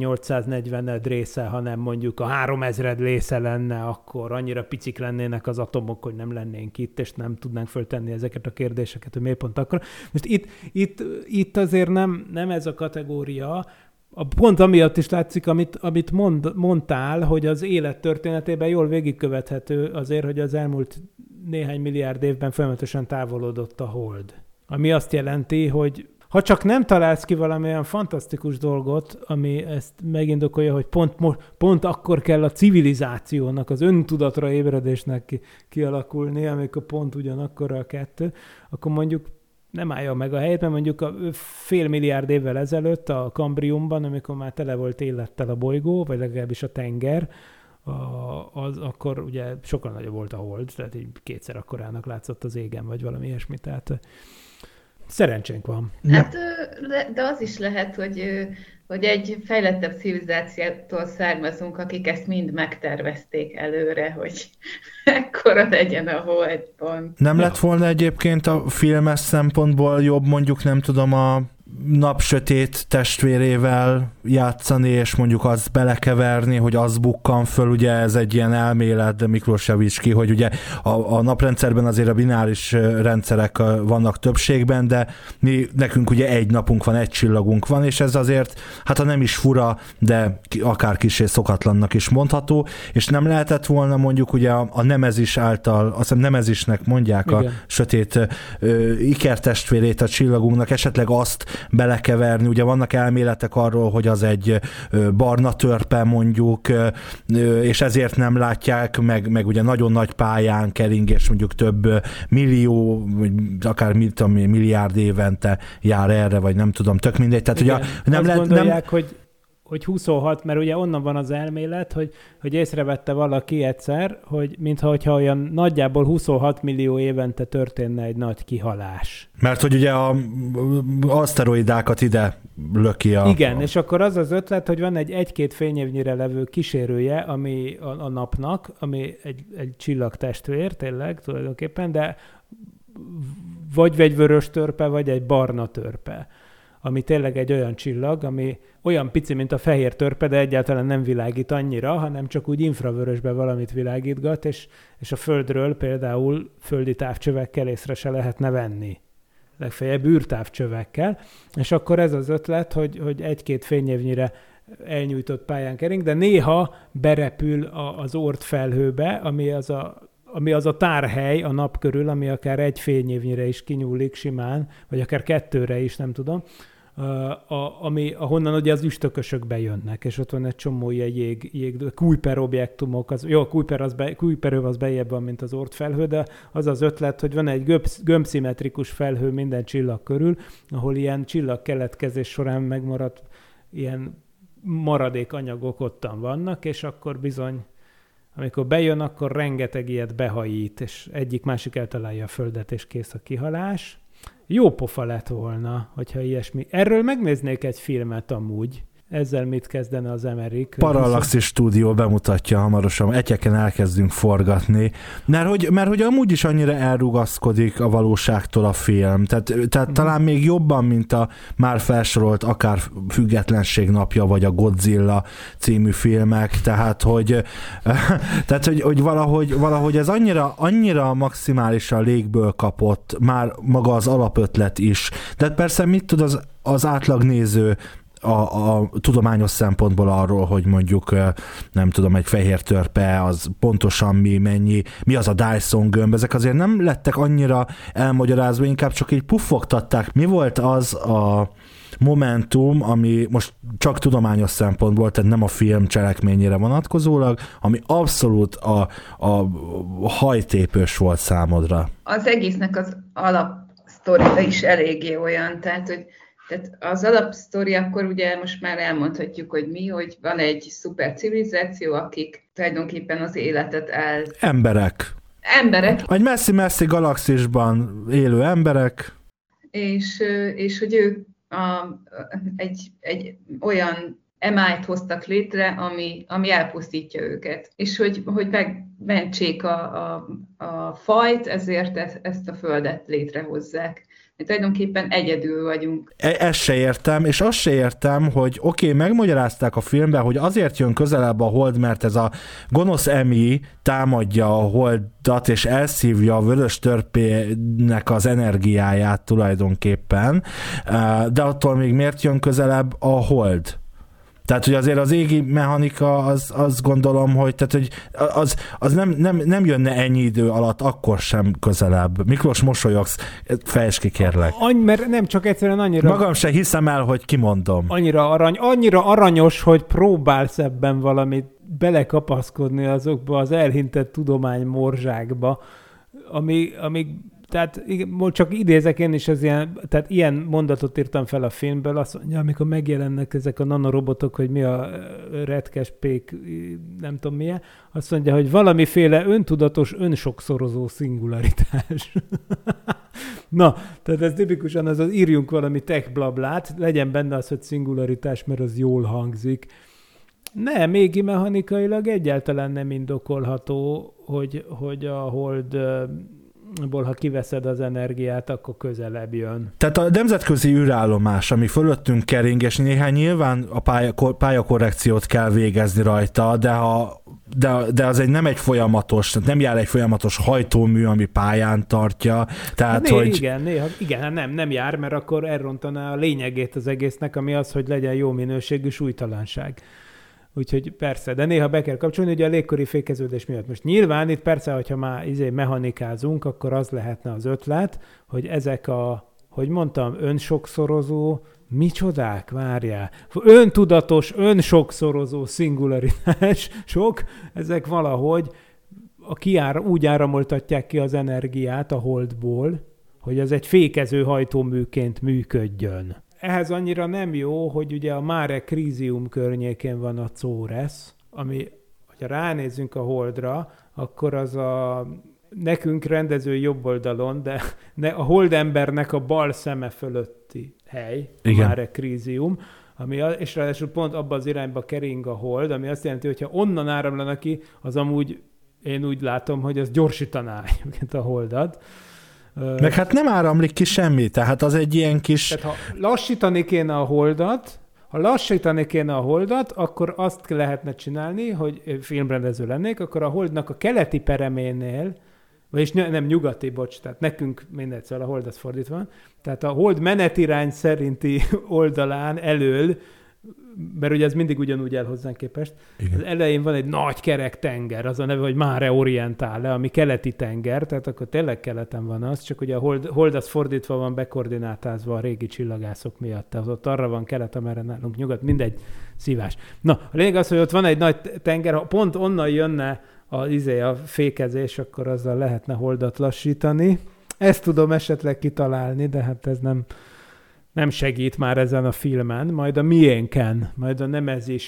1840 része, hanem mondjuk a 3000 része lenne, akkor annyira picik lennének az atomok, hogy nem lennénk itt, és nem tudnánk föltenni ezeket a kérdéseket, hogy miért pont akkor. Most itt azért nem ez a kategória. Pont amiatt is látszik, amit mondtál, hogy az élet történetében jól végigkövethető azért, hogy az elmúlt néhány milliárd évben folyamatosan távolodott a hold. Ami azt jelenti, hogy ha csak nem találsz ki valamilyen fantasztikus dolgot, ami ezt megindokolja, hogy pont akkor kell a civilizációnak, az öntudatra ébredésnek kialakulni, amikor pont ugyanakkor a kettő, akkor mondjuk nem állja meg a helyet, mert mondjuk a fél milliárd évvel ezelőtt a Kambriumban, amikor már tele volt élettel a bolygó, vagy legalábbis a tenger, akkor ugye sokkal nagyobb volt a hold, tehát így kétszer akkorának látszott az égen, vagy valami ilyesmi, tehát szerencsénk van. Hát, de az is lehet, hogy egy fejlettebb civilizációtól származunk, akik ezt mind megtervezték előre, hogy ekkora legyen a holdpont. Nem lett volna egyébként a filmes szempontból jobb, mondjuk nem tudom, a napsötét testvérével játszani, és mondjuk azt belekeverni, hogy az bukkan föl, ugye ez egy ilyen elmélet, de Miklós javíts ki, hogy ugye a naprendszerben azért a bináris rendszerek vannak többségben, de nekünk ugye egy napunk van, egy csillagunk van, és ez azért, hát ha nem is fura, de akár kissé szokatlannak is mondható, és nem lehetett volna mondjuk ugye a Nemezis által, azt hiszem Nemezisnek mondják, igen, a sötét ikertestvérét a csillagunknak, esetleg azt belekeverni. Ugye vannak elméletek arról, hogy az egy barna törpe mondjuk, és ezért nem látják, meg ugye nagyon nagy pályán kering, és mondjuk több millió, akár milliárd évente jár erre, vagy nem tudom, tök mindegy. Tehát igen, ugye nem azt lehet, gondolják, hogy 26, mert ugye onnan van az elmélet, hogy észrevette valaki egyszer, hogy mintha olyan nagyjából 26 millió évente történne egy nagy kihalás. Mert hogy ugye az aszteroidákat ide löki Igen, és akkor az az ötlet, hogy van egy 1-2 fényévnyire levő kísérője, ami a napnak, ami egy csillagtestvér tényleg tulajdonképpen, de vagy egy vörös törpe, vagy egy barna törpe, ami tényleg egy olyan csillag, ami olyan pici, mint a fehér törpe, de egyáltalán nem világít annyira, hanem csak úgy infravörösbe valamit világítgat, és a Földről például földi távcsövekkel észre se lehetne venni. Legfeljebb űrtávcsövekkel. És akkor ez az ötlet, hogy 1-2 fényévnyire elnyújtott pályán kering, de néha berepül az Oort felhőbe, ami az a tárhely a nap körül, ami akár 1 fényévnyire is kinyúlik simán, vagy akár 2-re is, nem tudom, ahonnan ugye az üstökösök bejönnek, és ott van egy csomó ilyen Kuiper objektumok, a Kuiper az bejebb van, mint az Oort felhő, de az az ötlet, hogy van egy gömbszimmetrikus felhő minden csillag körül, ahol ilyen csillagkeletkezés során megmaradt ilyen maradékanyagok ottan vannak, és akkor bizony, amikor bejön, akkor rengeteg ilyet behajít, és egyik-másik eltalálja a Földet, és kész a kihalás. Jó pofa lett volna, hogyha ilyesmi. Erről megnéznék egy filmet amúgy. Ezzel mit kezdene az Emmerich? Parallaxis Stúdió bemutatja hamarosan, egyeken elkezdünk forgatni, mert hogy amúgy is annyira elrugaszkodik a valóságtól a film. Tehát talán még jobban, mint a már felsorolt akár Függetlenség napja, vagy a Godzilla című filmek, tehát hogy valahogy ez annyira maximálisan légből kapott, már maga az alapötlet is. De persze mit tud az átlagnéző a tudományos szempontból arról, hogy mondjuk nem tudom, egy fehér törpe az pontosan mi az a Dyson gömb, ezek azért nem lettek annyira elmagyarázva, inkább csak így puffogtatták. Mi volt az a momentum, ami most csak tudományos szempontból, tehát nem a film cselekményére vonatkozólag, ami abszolút a hajtépős volt számodra? Az egésznek az alapsztoria is eléggé olyan, tehát az alapsztori akkor ugye most már elmondhatjuk, hogy van egy szuper civilizáció, akik tulajdonképpen az életet Emberek. Egy messzi-messzi galaxisban élő emberek. És hogy ők egy olyan emájt hoztak létre, ami elpusztítja őket. És hogy megmentsék a fajt, ezért ezt a Földet létrehozzák. Mi tulajdonképpen egyedül vagyunk. Ezt se értem, és azt se értem, hogy oké, megmagyarázták a filmben, hogy azért jön közelebb a hold, mert ez a gonosz Emi támadja a holdat, és elszívja a vörös törpének az energiáját tulajdonképpen, de attól még miért jön közelebb a hold? Tehát, hogy azért az égi mechanika, azt gondolom, hogy, tehát, hogy az nem jönne ennyi idő alatt, akkor sem közelebb. Miklós, mosolyogsz, fejtsd ki, kérlek. Mert nem csak egyszerűen annyira... Magam se hiszem el, hogy kimondom. Annyira aranyos, hogy próbálsz ebben valamit belekapaszkodni azokba az elhintett tudománymorzsákba, ami tehát csak idézek én is, tehát ilyen mondatot írtam fel a filmből, azt mondja, amikor megjelennek ezek a nanorobotok, hogy mi a retkes pék, nem tudom milyen, azt mondja, hogy valamiféle öntudatos, önsokszorozó szingularitás. Na, tehát ez tipikusan az írjunk valami tech blablát, legyen benne az, hogy szingularitás, mert az jól hangzik. Nem, égi mechanikailag egyáltalán nem indokolható, hogy a Holdból, ha kiveszed az energiát, akkor közelebb jön. Tehát a nemzetközi űrállomás, ami fölöttünk kering, és néhány nyilván a pályakorrekciót kell végezni rajta, de az nem egy folyamatos, tehát nem jár egy folyamatos hajtómű, ami pályán tartja. Tehát, Igen, nem jár, mert akkor elrontaná a lényegét az egésznek, ami az, hogy legyen jó minőségű súlytalanság. Úgyhogy persze, de néha be kell kapcsolni, ugye a légkori fékeződés miatt. Most nyilván itt persze, hogyha már mechanikázunk, akkor az lehetne az ötlet, hogy ezek hogy mondtam, önsokszorozó, micsodák, várjál, öntudatos, önsokszorozó szingularitás, ezek valahogy úgy áramoltatják ki az energiát a Holdból, hogy az egy fékező hajtóműként működjön. Ehhez annyira nem jó, hogy ugye a Mare Crisium környékén van a CORES, ami, hogyha ránézzünk a Holdra, akkor az a nekünk rendező jobb oldalon, de a Holdembernek a bal szeme fölötti hely, a Mare Crisium, és ráadásul pont abban az irányba kering a Hold, ami azt jelenti, hogy ha onnan áramlanak ki, az amúgy én úgy látom, hogy az gyorsítaná a Holdat. Meg hát nem áramlik ki semmi, tehát az egy ilyen kis... Tehát ha lassítani kéne a Holdat, akkor azt lehetne csinálni, hogy filmrendező lennék, akkor a Holdnak a keleti pereménél, vagyis nem nyugati, tehát nekünk mindegy, szóval a Hold az fordítva van, tehát a Hold menetirány szerinti oldalán elől, mert ugye ez mindig ugyanúgy el hozzánk képest. Igen. Az elején van egy nagy kerek tenger, az a neve, hogy Mare Orientale, ami keleti tenger, tehát akkor tényleg keleten van az, csak ugye a Hold az fordítva van bekoordinátázva a régi csillagászok miatt, tehát ott arra van kelet, amerre nálunk nyugat, mindegy, szívás. Na, a lényeg az, hogy ott van egy nagy tenger, ha pont onnan jönne a fékezés, akkor azzal lehetne Holdat lassítani. Ezt tudom esetleg kitalálni, de hát ez nem segít már ezen a filmen, majd a miénken, majd a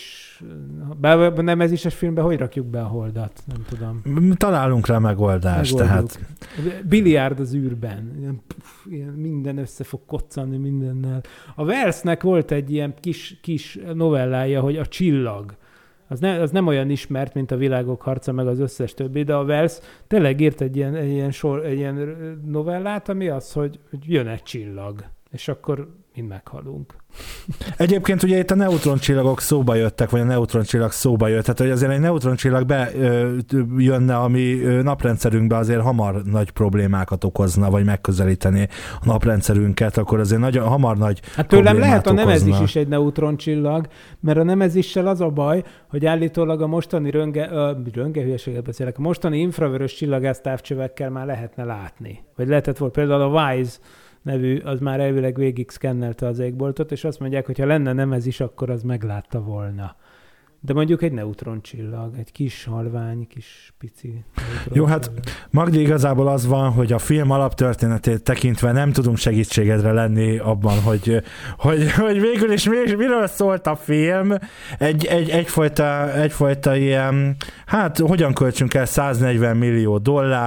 Nemezis filmben hogy rakjuk be a Holdat? Nem tudom. Találunk rá megoldást. Tehát. Biliárd az űrben. Ilyen minden össze fog koccanni mindennel. A Wellsnek volt egy ilyen kis novellája, hogy a csillag. Az nem olyan ismert, mint a Világok harca, meg az összes többi, de a Wells tényleg írt egy ilyen novellát, ami az, hogy jön egy csillag. És akkor mind meghalunk. Egyébként ugye itt a neutroncsillagok szóba jöttek, vagy a neutroncsillag szóba jött. Tehát, hogy azért egy neutroncsillag jönne, ami naprendszerünkbe azért hamar nagy problémákat okozna, vagy megközelíteni a naprendszerünket, akkor azért hamar nagy hát tőlem lehet a Nemezis is egy neutroncsillag, mert a Nemezissel az a baj, hogy állítólag a mostani hülyeséget beszélek, a mostani infravörös csillagásztávcsövekkel már lehetne látni. Vagy lehetett volt például a WISE nevű, az már elvileg végig szkennelte az égboltot, és azt mondják, hogy ha lenne Nemezis, akkor az meglátta volna. De mondjuk egy neutroncsillag, egy kis halvány, kis pici Jó, hát Magdi, igazából az van, hogy a film alaptörténetét tekintve nem tudunk segítségedre lenni abban, hogy végül is miről szólt a film. Egyfajta ilyen, hát hogyan költsünk el $140 millió,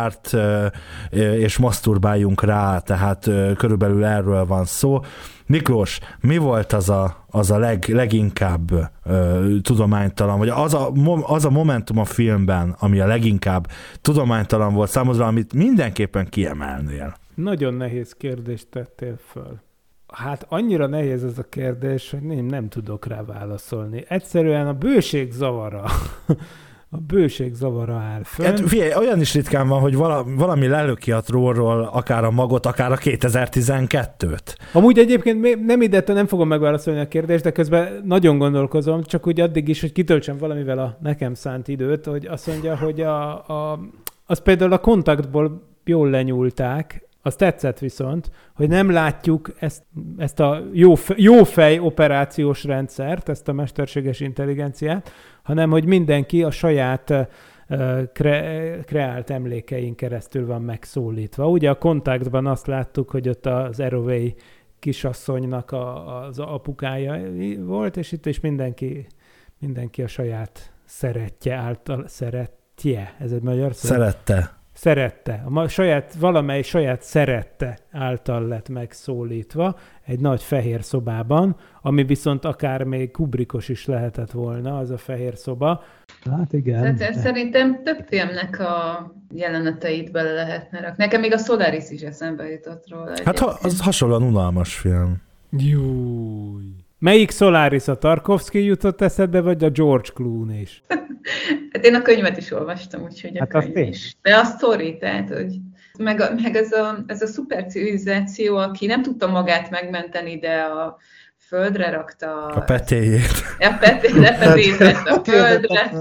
és maszturbáljunk rá, tehát körülbelül erről van szó. Miklós, mi volt az a leginkább tudománytalan, vagy az a momentum a filmben, ami a leginkább tudománytalan volt számodra, amit mindenképpen kiemelnél? Nagyon nehéz kérdést tettél föl. Hát annyira nehéz ez a kérdés, hogy nem tudok rá válaszolni. Egyszerűen a bőség zavara a bőség zavara áll fönn. Hát, figyelj, olyan is ritkán van, hogy valami lelöki a trónról akár a magot, akár a 2012-t. Amúgy egyébként nem fogom megválaszolni a kérdést, de közben nagyon gondolkozom, csak úgy addig is, hogy kitöltsem valamivel a nekem szánt időt, hogy azt mondja, hogy az például a kontaktból jól lenyúlták, az tetszett viszont, hogy nem látjuk ezt a jófej operációs rendszert, ezt a mesterséges intelligenciát, hanem hogy mindenki a saját kreált emlékein keresztül van megszólítva. Ugye a kontaktban azt láttuk, hogy ott az Arroway kisasszonynak az apukája volt, és itt is mindenki a saját szeretje. Ez egy magyar szó? Szerette. Valamely saját szerette által lett megszólítva egy nagy fehér szobában, ami viszont akár még Kubrickos is lehetett volna, az a fehér szoba. Hát igen. Szerintem több filmnek a jeleneteit bele lehetne rakni. Nekem még a Solaris is eszembe jutott róla. Hát az hasonlóan unalmas film. Júj. Melyik Solaris, a Tarkovsky jutott eszedbe, vagy a George Clooney is? Hát én a könyvet is olvastam, úgyhogy a könyv is. De a sztori, tehát, hogy meg ez a szupercivilizáció, aki nem tudta magát megmenteni, de a földre rakta a petéjét. Lepetézett a földre.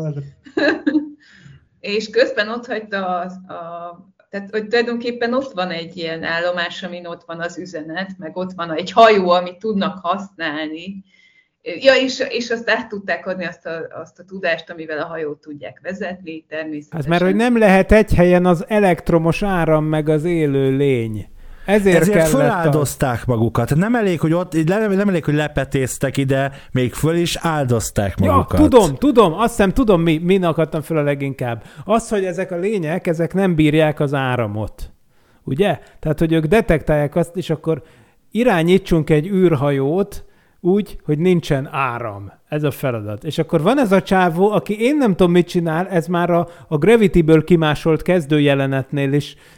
És közben ott hagyta tehát, hogy tulajdonképpen ott van egy ilyen állomás, amin ott van az üzenet, meg ott van egy hajó, amit tudnak használni. Ja, és azt át tudták adni azt a tudást, amivel a hajót tudják vezetni, természetesen. Hát mert hogy nem lehet egy helyen az elektromos áram, meg az élő lény. Ezért feláldozták magukat. Nem elég, hogy lepetéztek ide, még föl is áldozták magukat. Ja, tudom, azt hiszem tudom, min akadtam föl a leginkább. Az, hogy ezek a lények, ezek nem bírják az áramot. Ugye? Tehát, hogy ők detektálják azt, és akkor irányítsunk egy űrhajót úgy, hogy nincsen áram. Ez a feladat. És akkor van ez a csávó, aki én nem tudom, mit csinál, ez már a Gravity-ből kimásolt kezdőjelenetnél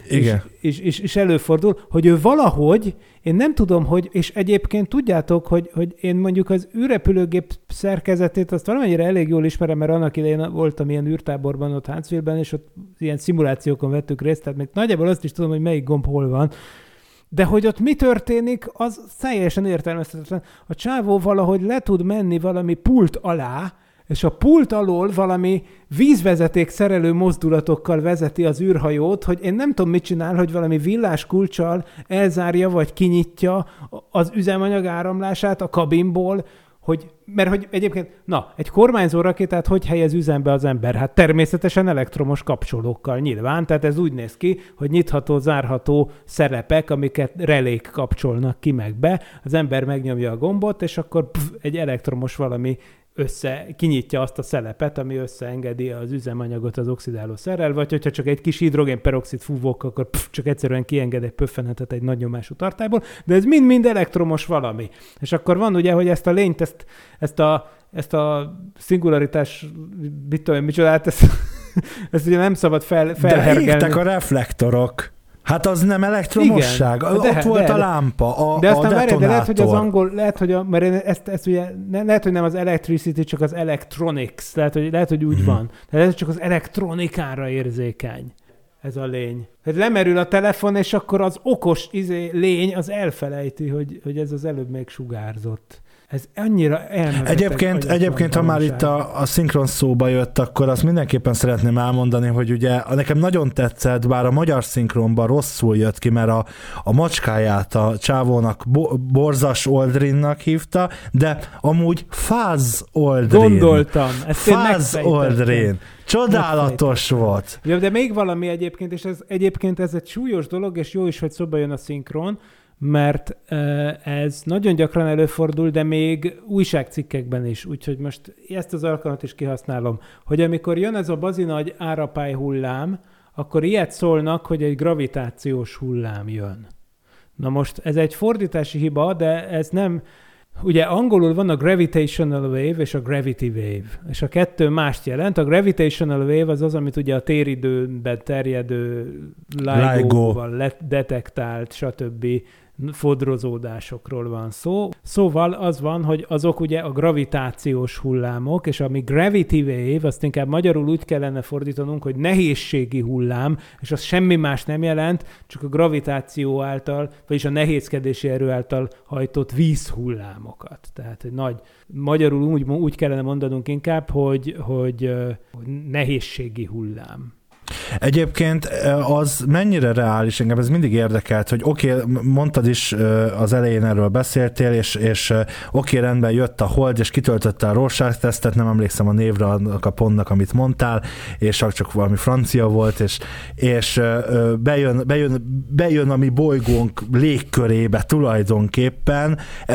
is előfordul, hogy ő valahogy, én nem tudom, hogy, és egyébként tudjátok, hogy én mondjuk az űrrepülőgép szerkezetét azt valamennyire elég jól ismerem, mert annak idején voltam ilyen űrtáborban ott Huntsville-ben, és ott ilyen szimulációkon vettük részt, tehát még nagyjából azt is tudom, hogy melyik gomb hol van. De hogy ott mi történik, az teljesen értelmezhetetlen. A csávó valahogy le tud menni valami pult alá, és a pult alól valami vízvezeték szerelő mozdulatokkal vezeti az űrhajót, hogy én nem tudom, mit csinál, hogy valami villás kulccsal elzárja vagy kinyitja az üzemanyag áramlását a kabinból, mert hogy egyébként, egy kormányzó rakétát hogy helyez üzembe az ember? Hát természetesen elektromos kapcsolókkal nyilván, tehát ez úgy néz ki, hogy nyitható, zárható szerepek, amiket relék kapcsolnak ki meg be, az ember megnyomja a gombot, és akkor egy elektromos valami kinyitja azt a szelepet, ami összeengedi az üzemanyagot az oxidáló szerrel, vagy hogyha csak egy kis hidrogénperoxid fúvok, akkor csak egyszerűen kienged egy pöffenetet egy nagy nyomású tartályból, de ez mind-mind elektromos valami. És akkor van ugye, hogy ezt a lényt, ezt a szingularitás, micsodát, ezt ugye nem szabad felhergelni. De égtek a reflektorok. Hát az nem elektromosság. Igen, ott volt a lámpa, de aztán várj, de lehet, hogy az angol, mert ezt ugye, lehet, hogy nem az electricity, csak az electronics, lehet, hogy úgy van. De lehet, hogy csak az elektronikára érzékeny ez a lény. Tehát lemerül a telefon, és akkor az okos lény az elfelejti, hogy ez az előbb még sugárzott. Ez annyira Egyébként, ha már itt a szinkron szóba jött, akkor azt mindenképpen szeretném elmondani, hogy ugye nekem nagyon tetszett, bár a magyar szinkronban rosszul jött ki, mert a macskáját a csávónak Borzas Aldrinnak hívta, de amúgy Faz Aldrin. Gondoltam. Faz Aldrin. Csodálatos volt. Ja, de még valami egyébként, és ez egy súlyos dolog, és jó is, hogy szóba jön a szinkron, mert ez nagyon gyakran előfordul, de még újságcikkekben is. Úgyhogy most ezt az alkalmat is kihasználom, hogy amikor jön ez a bazinagy árapály hullám, akkor ilyet szólnak, hogy egy gravitációs hullám jön. Na most ez egy fordítási hiba, de ez nem... Ugye angolul van a gravitational wave és a gravity wave, és a kettő mást jelent. A gravitational wave az, amit ugye a téridőben terjedő LIGO-val detektált, stb. fodrozódásokról van szó. Szóval az van, hogy azok ugye a gravitációs hullámok, és ami gravity wave, azt inkább magyarul úgy kellene fordítanunk, hogy nehézségi hullám, és az semmi más nem jelent, csak a gravitáció által, vagyis a nehézkedési erő által hajtott vízhullámokat. Tehát egy nagy, magyarul úgy kellene mondanunk inkább, hogy nehézségi hullám. Egyébként az mennyire reális, engem ez mindig érdekelt, hogy oké, mondtad is, az elején erről beszéltél, és oké, rendben jött a Hold, és kitöltötte a Rorschach-tesztet, nem emlékszem a névre annak a pontnak, amit mondtál, és csak valami francia volt, és bejön a mi bolygónk légkörébe tulajdonképpen,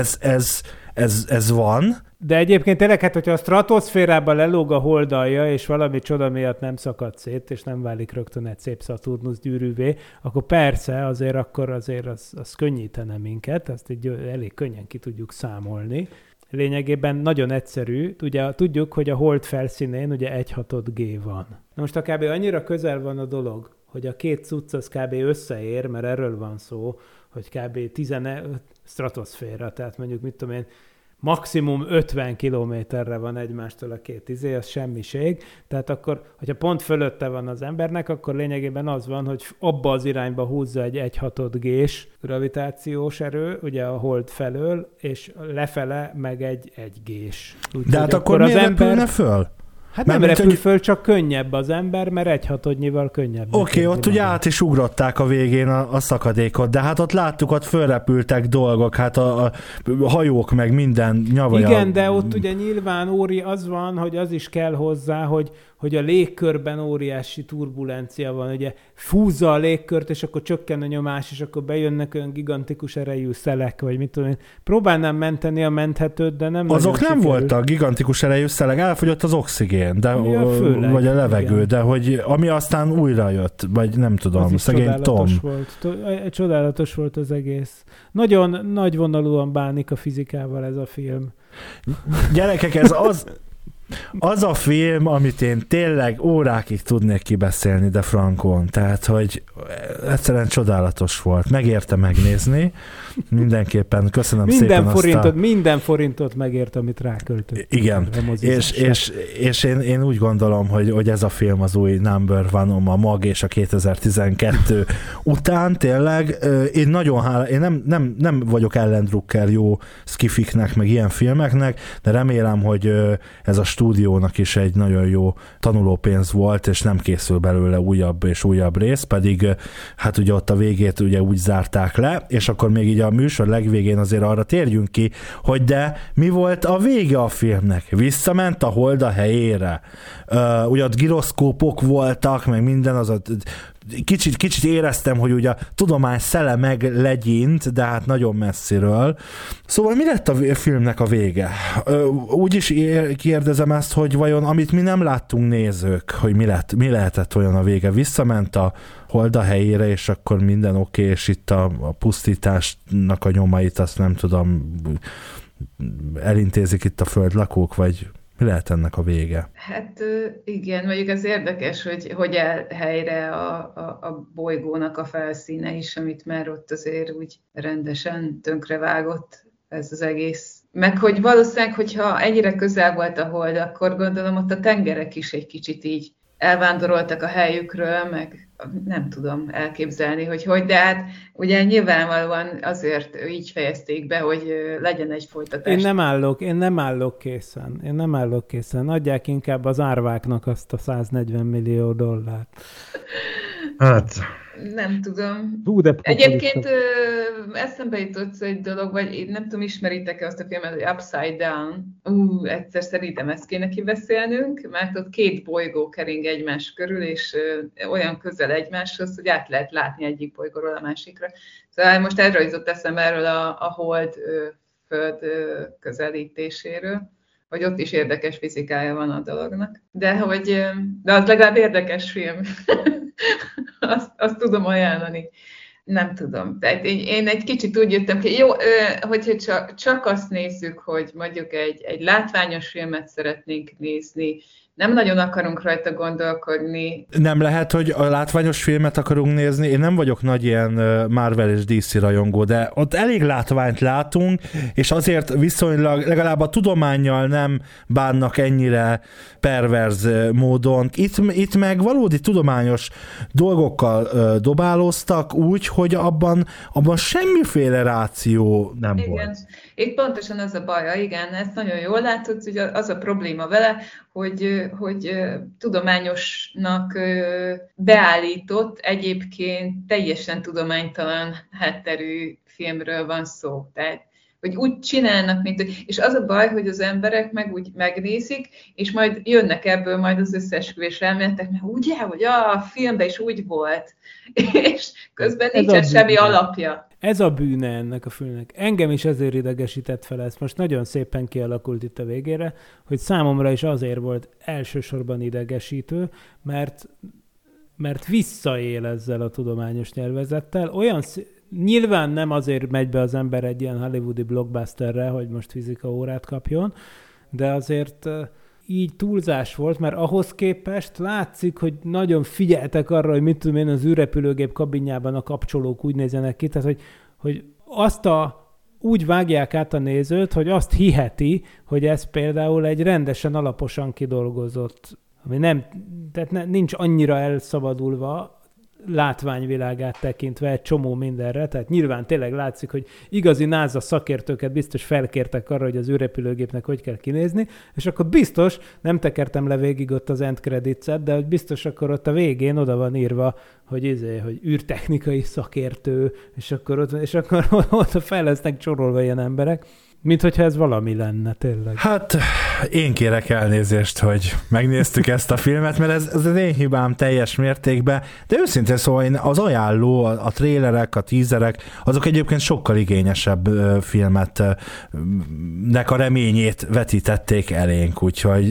ez van. De egyébként tényleg, hát, hogyha a stratoszférába lelóg a Hold alja, és valami csoda miatt nem szakad szét, és nem válik rögtön egy szép Szaturnusz gyűrűvé, akkor persze, azért az könnyítene minket, ezt így elég könnyen ki tudjuk számolni. Lényegében nagyon egyszerű, ugye tudjuk, hogy a Hold felszínén ugye 1/6 G van. Na most kb. Annyira közel van a dolog, hogy a két cucc az kb. Összeér, mert erről van szó, hogy kb. 15 stratoszféra, tehát mondjuk mit tudom én, maximum 50 kilométerre van egymástól a két az semmiség, tehát akkor, hogyha pont fölötte van az embernek, akkor lényegében az van, hogy abba az irányba húzza egy 1/6 G-s gravitációs erő, ugye a Hold felől, és lefele meg egy G-s. De hát akkor miért repülne föl? Hát nem repül föl, csak könnyebb az ember, mert 1/6-nyival könnyebb. Oké, ott ugye át is ugrották a végén a szakadékot, de hát ott láttuk, ott fölrepültek dolgok, hát a hajók meg minden nyavaja. Igen, de ott ugye nyilván az van, hogy az is kell hozzá, hogy a légkörben óriási turbulencia van, ugye fúzza a légkört, és akkor csökken a nyomás, és akkor bejönnek olyan gigantikus erejű szelek, vagy mit tudom én. Próbálnám menteni a menthetőt, de nem azok nem voltak gigantikus erejű szelek, elfogyott az oxigén, de, ja, főleg, vagy a levegő, igen. De hogy ami aztán újra jött, vagy nem tudom, szegény Tom. Csodálatos volt az egész. Nagyon nagyvonalúan bánik a fizikával ez a film. Gyerekek, ez az a film, amit én tényleg órákig tudnék kibeszélni, de frankon. Tehát, hogy egyszerűen csodálatos volt. Megérte megnézni. Mindenképpen köszönöm szépen minden forintot megért, amit ráköltött. Igen, és én úgy gondolom, hogy ez a film az új number one a MAG és a 2012 után tényleg. Én nagyon én nem vagyok ellendrukker jó skifiknek, meg ilyen filmeknek, de remélem, hogy ez a stúdiónak is egy nagyon jó tanulópénz volt, és nem készül belőle újabb és újabb rész, pedig hát ugye ott a végét ugye úgy zárták le, és akkor még így a műsor legvégén azért arra térjünk ki, hogy de mi volt a vége a filmnek? Visszament a Hold a helyére. Ugye ott giroszkópok voltak, meg minden az kicsit éreztem, hogy ugye a tudomány szele meglegyint, de hát nagyon messziről. Szóval mi lett a filmnek a vége? Úgy is kérdezem ezt, hogy vajon amit mi nem láttunk nézők, hogy mi lehetett olyan a vége? Visszament a Hold a helyére, és akkor minden oké, és itt a pusztításnak a nyomait, azt nem tudom, elintézik itt a földlakók, vagy mi lehet ennek a vége? Hát igen, mondjuk az érdekes, hogy helyre a bolygónak a felszíne is, amit már ott azért úgy rendesen tönkrevágott ez az egész. Meg hogy valószínűleg, hogyha ennyire közel volt a Hold, akkor gondolom ott a tengerek is egy kicsit így elvándoroltak a helyükről, meg nem tudom elképzelni, hogy de hát ugye nyilvánvalóan azért így fejezték be, hogy legyen egy folytatás. Én nem állok készen. Adják inkább az árváknak azt a $140 millió. Hát... Nem tudom. Egyébként eszembe jutott egy dolog, vagy nem tudom, ismeritek-e azt a filmet, hogy Upside Down. Egyszer szerintem ezt kéne kibeszélnünk, mert ott két bolygó kering egymás körül, és olyan közel egymáshoz, hogy át lehet látni egyik bolygóról a másikra. Szóval most erről jutott eszembe erről a Hold föld közelítéséről, hogy ott is érdekes fizikája van a dolognak. De az legalább érdekes film. Azt tudom ajánlani. Nem tudom. Tehát én egy kicsit úgy jöttem ki, jó, hogyha csak azt nézzük, hogy mondjuk egy látványos filmet szeretnénk nézni, nem nagyon akarunk rajta gondolkodni. Nem lehet, hogy a látványos filmet akarunk nézni. Én nem vagyok nagy ilyen Marvel és DC rajongó, de ott elég látványt látunk, és azért viszonylag legalább a tudománnyal nem bánnak ennyire perverz módon. Itt meg valódi tudományos dolgokkal dobálóztak úgy, hogy abban semmiféle ráció nem volt. Itt pontosan az a baj, igen, ezt nagyon jól látod, hogy az a probléma vele, hogy tudományosnak beállított, egyébként teljesen tudománytalan hátterű filmről van szó. Tehát, hogy úgy csinálnak, és az a baj, hogy az emberek meg úgy megnézik, és majd jönnek ebből majd az összeesküvés elméletek, mert ugye, hogy a filmben is úgy volt, és közben nincsen semmi alapja. Ez a bűne ennek a filmnek. Engem is ezért idegesített fel ezt. Most nagyon szépen kialakult itt a végére, hogy számomra is azért volt elsősorban idegesítő, mert visszaél ezzel a tudományos nyelvezettel. Nyilván nem azért megy be az ember egy ilyen hollywoodi blockbusterre, hogy most fizika órát kapjon, de azért így túlzás volt, mert ahhoz képest látszik, hogy nagyon figyeltek arra, hogy mit tudom én, az űrrepülőgép kabinjában a kapcsolók úgy nézzenek ki, tehát hogy úgy vágják át a nézőt, hogy azt hiheti, hogy ez például egy rendesen alaposan kidolgozott, ami tehát nincs annyira elszabadulva látványvilágát tekintve egy csomó mindenre, tehát nyilván tényleg látszik, hogy igazi NASA szakértőket biztos felkértek arra, hogy az űrrepülőgépnek hogy kell kinézni, és akkor biztos, nem tekertem le végig ott az end credits-et, de hogy biztos akkor ott a végén oda van írva, hogy űrtechnikai szakértő, és akkor ott fel lesznek csorolva ilyen emberek. Mint hogyha ez valami lenne, tényleg. Hát én kérek elnézést, hogy megnéztük ezt a filmet, mert ez az én hibám teljes mértékben, de őszintén szóval az ajánló, a trélerek, a teaserek, azok egyébként sokkal igényesebb filmet nek a reményét vetítették elénk, úgyhogy,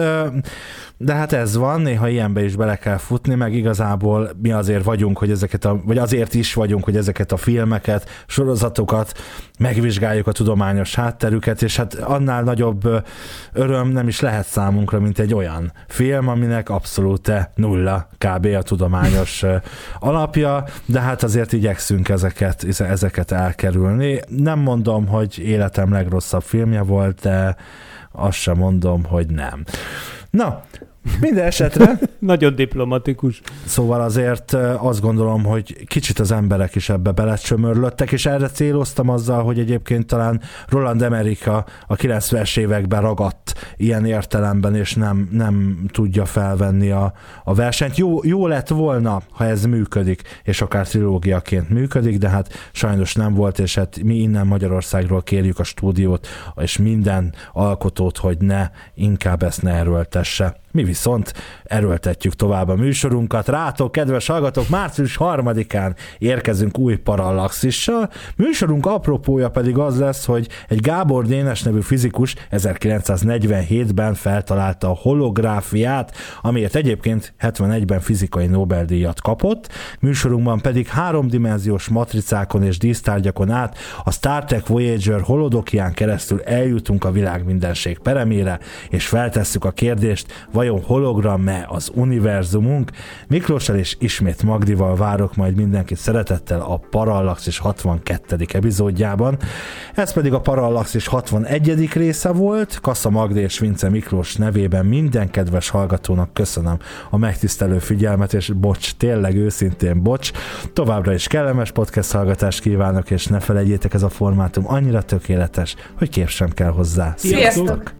de hát ez van, néha ilyenbe is bele kell futni, meg igazából mi azért vagyunk, hogy vagy azért is vagyunk, hogy ezeket a filmeket, sorozatokat megvizsgáljuk, a tudományos hátterüket, és hát annál nagyobb öröm nem is lehet számunkra, mint egy olyan film, aminek abszolút nulla kb. A tudományos alapja, de hát azért igyekszünk ezeket elkerülni. Nem mondom, hogy életem legrosszabb filmje volt, de azt sem mondom, hogy nem. Na, minden esetre. Nagyon diplomatikus. Szóval azért azt gondolom, hogy kicsit az emberek is ebbe belecsömörlöttek, és erre céloztam azzal, hogy egyébként talán Roland Emmerich a 90-es években ragadt ilyen értelemben, és nem tudja felvenni a versenyt. Jó lett volna, ha ez működik, és akár trilógiaként működik, de hát sajnos nem volt, és hát mi innen Magyarországról kérjük a stúdiót, és minden alkotót, hogy inkább ezt ne erőltesse. Mi viszont erőltetjük tovább a műsorunkat. Rátok, kedves hallgatók, március 3-án érkezünk új Parallaxissal. Műsorunk apropója pedig az lesz, hogy egy Gábor Dénes nevű fizikus 1947-ben feltalálta a holográfiát, amiért egyébként 71-ben fizikai Nobel-díjat kapott. Műsorunkban pedig 3-dimenziós matricákon és dísztárgyakon át a Star Trek Voyager holodokján keresztül eljutunk a világ mindenség peremére, és feltesszük a kérdést, vajon hologram-e az univerzumunk? Miklóssal és ismét Magdival várok majd mindenkit szeretettel a Parallaxis 62. epizódjában. Ez pedig a Parallaxis 61. része volt. Kassa Magdi és Vince Miklós nevében minden kedves hallgatónak köszönöm a megtisztelő figyelmet, és bocs, tényleg őszintén bocs. Továbbra is kellemes podcast hallgatást kívánok, és ne felejtjétek, ez a formátum annyira tökéletes, hogy kép sem kell hozzá. Sziasztok!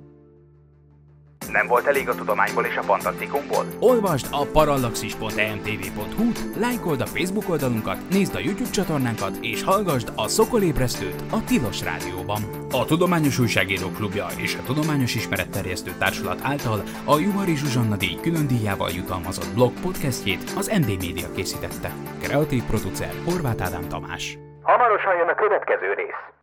Nem volt elég a tudományból és a fantasztikumból? Olvasd a parallaxis.emtv.hu-t, lájkold a Facebook oldalunkat, nézd a YouTube csatornánkat, és hallgasd a Szokolébresztőt a Tilos Rádióban. A Tudományos Újságírók Klubja és a Tudományos Ismeretterjesztő Társulat által a Juhari Zsuzsanna díj külön díjával jutalmazott blog podcastjét az MD Media készítette. Kreatív producer Horváth Ádám Tamás. Hamarosan jön a következő rész.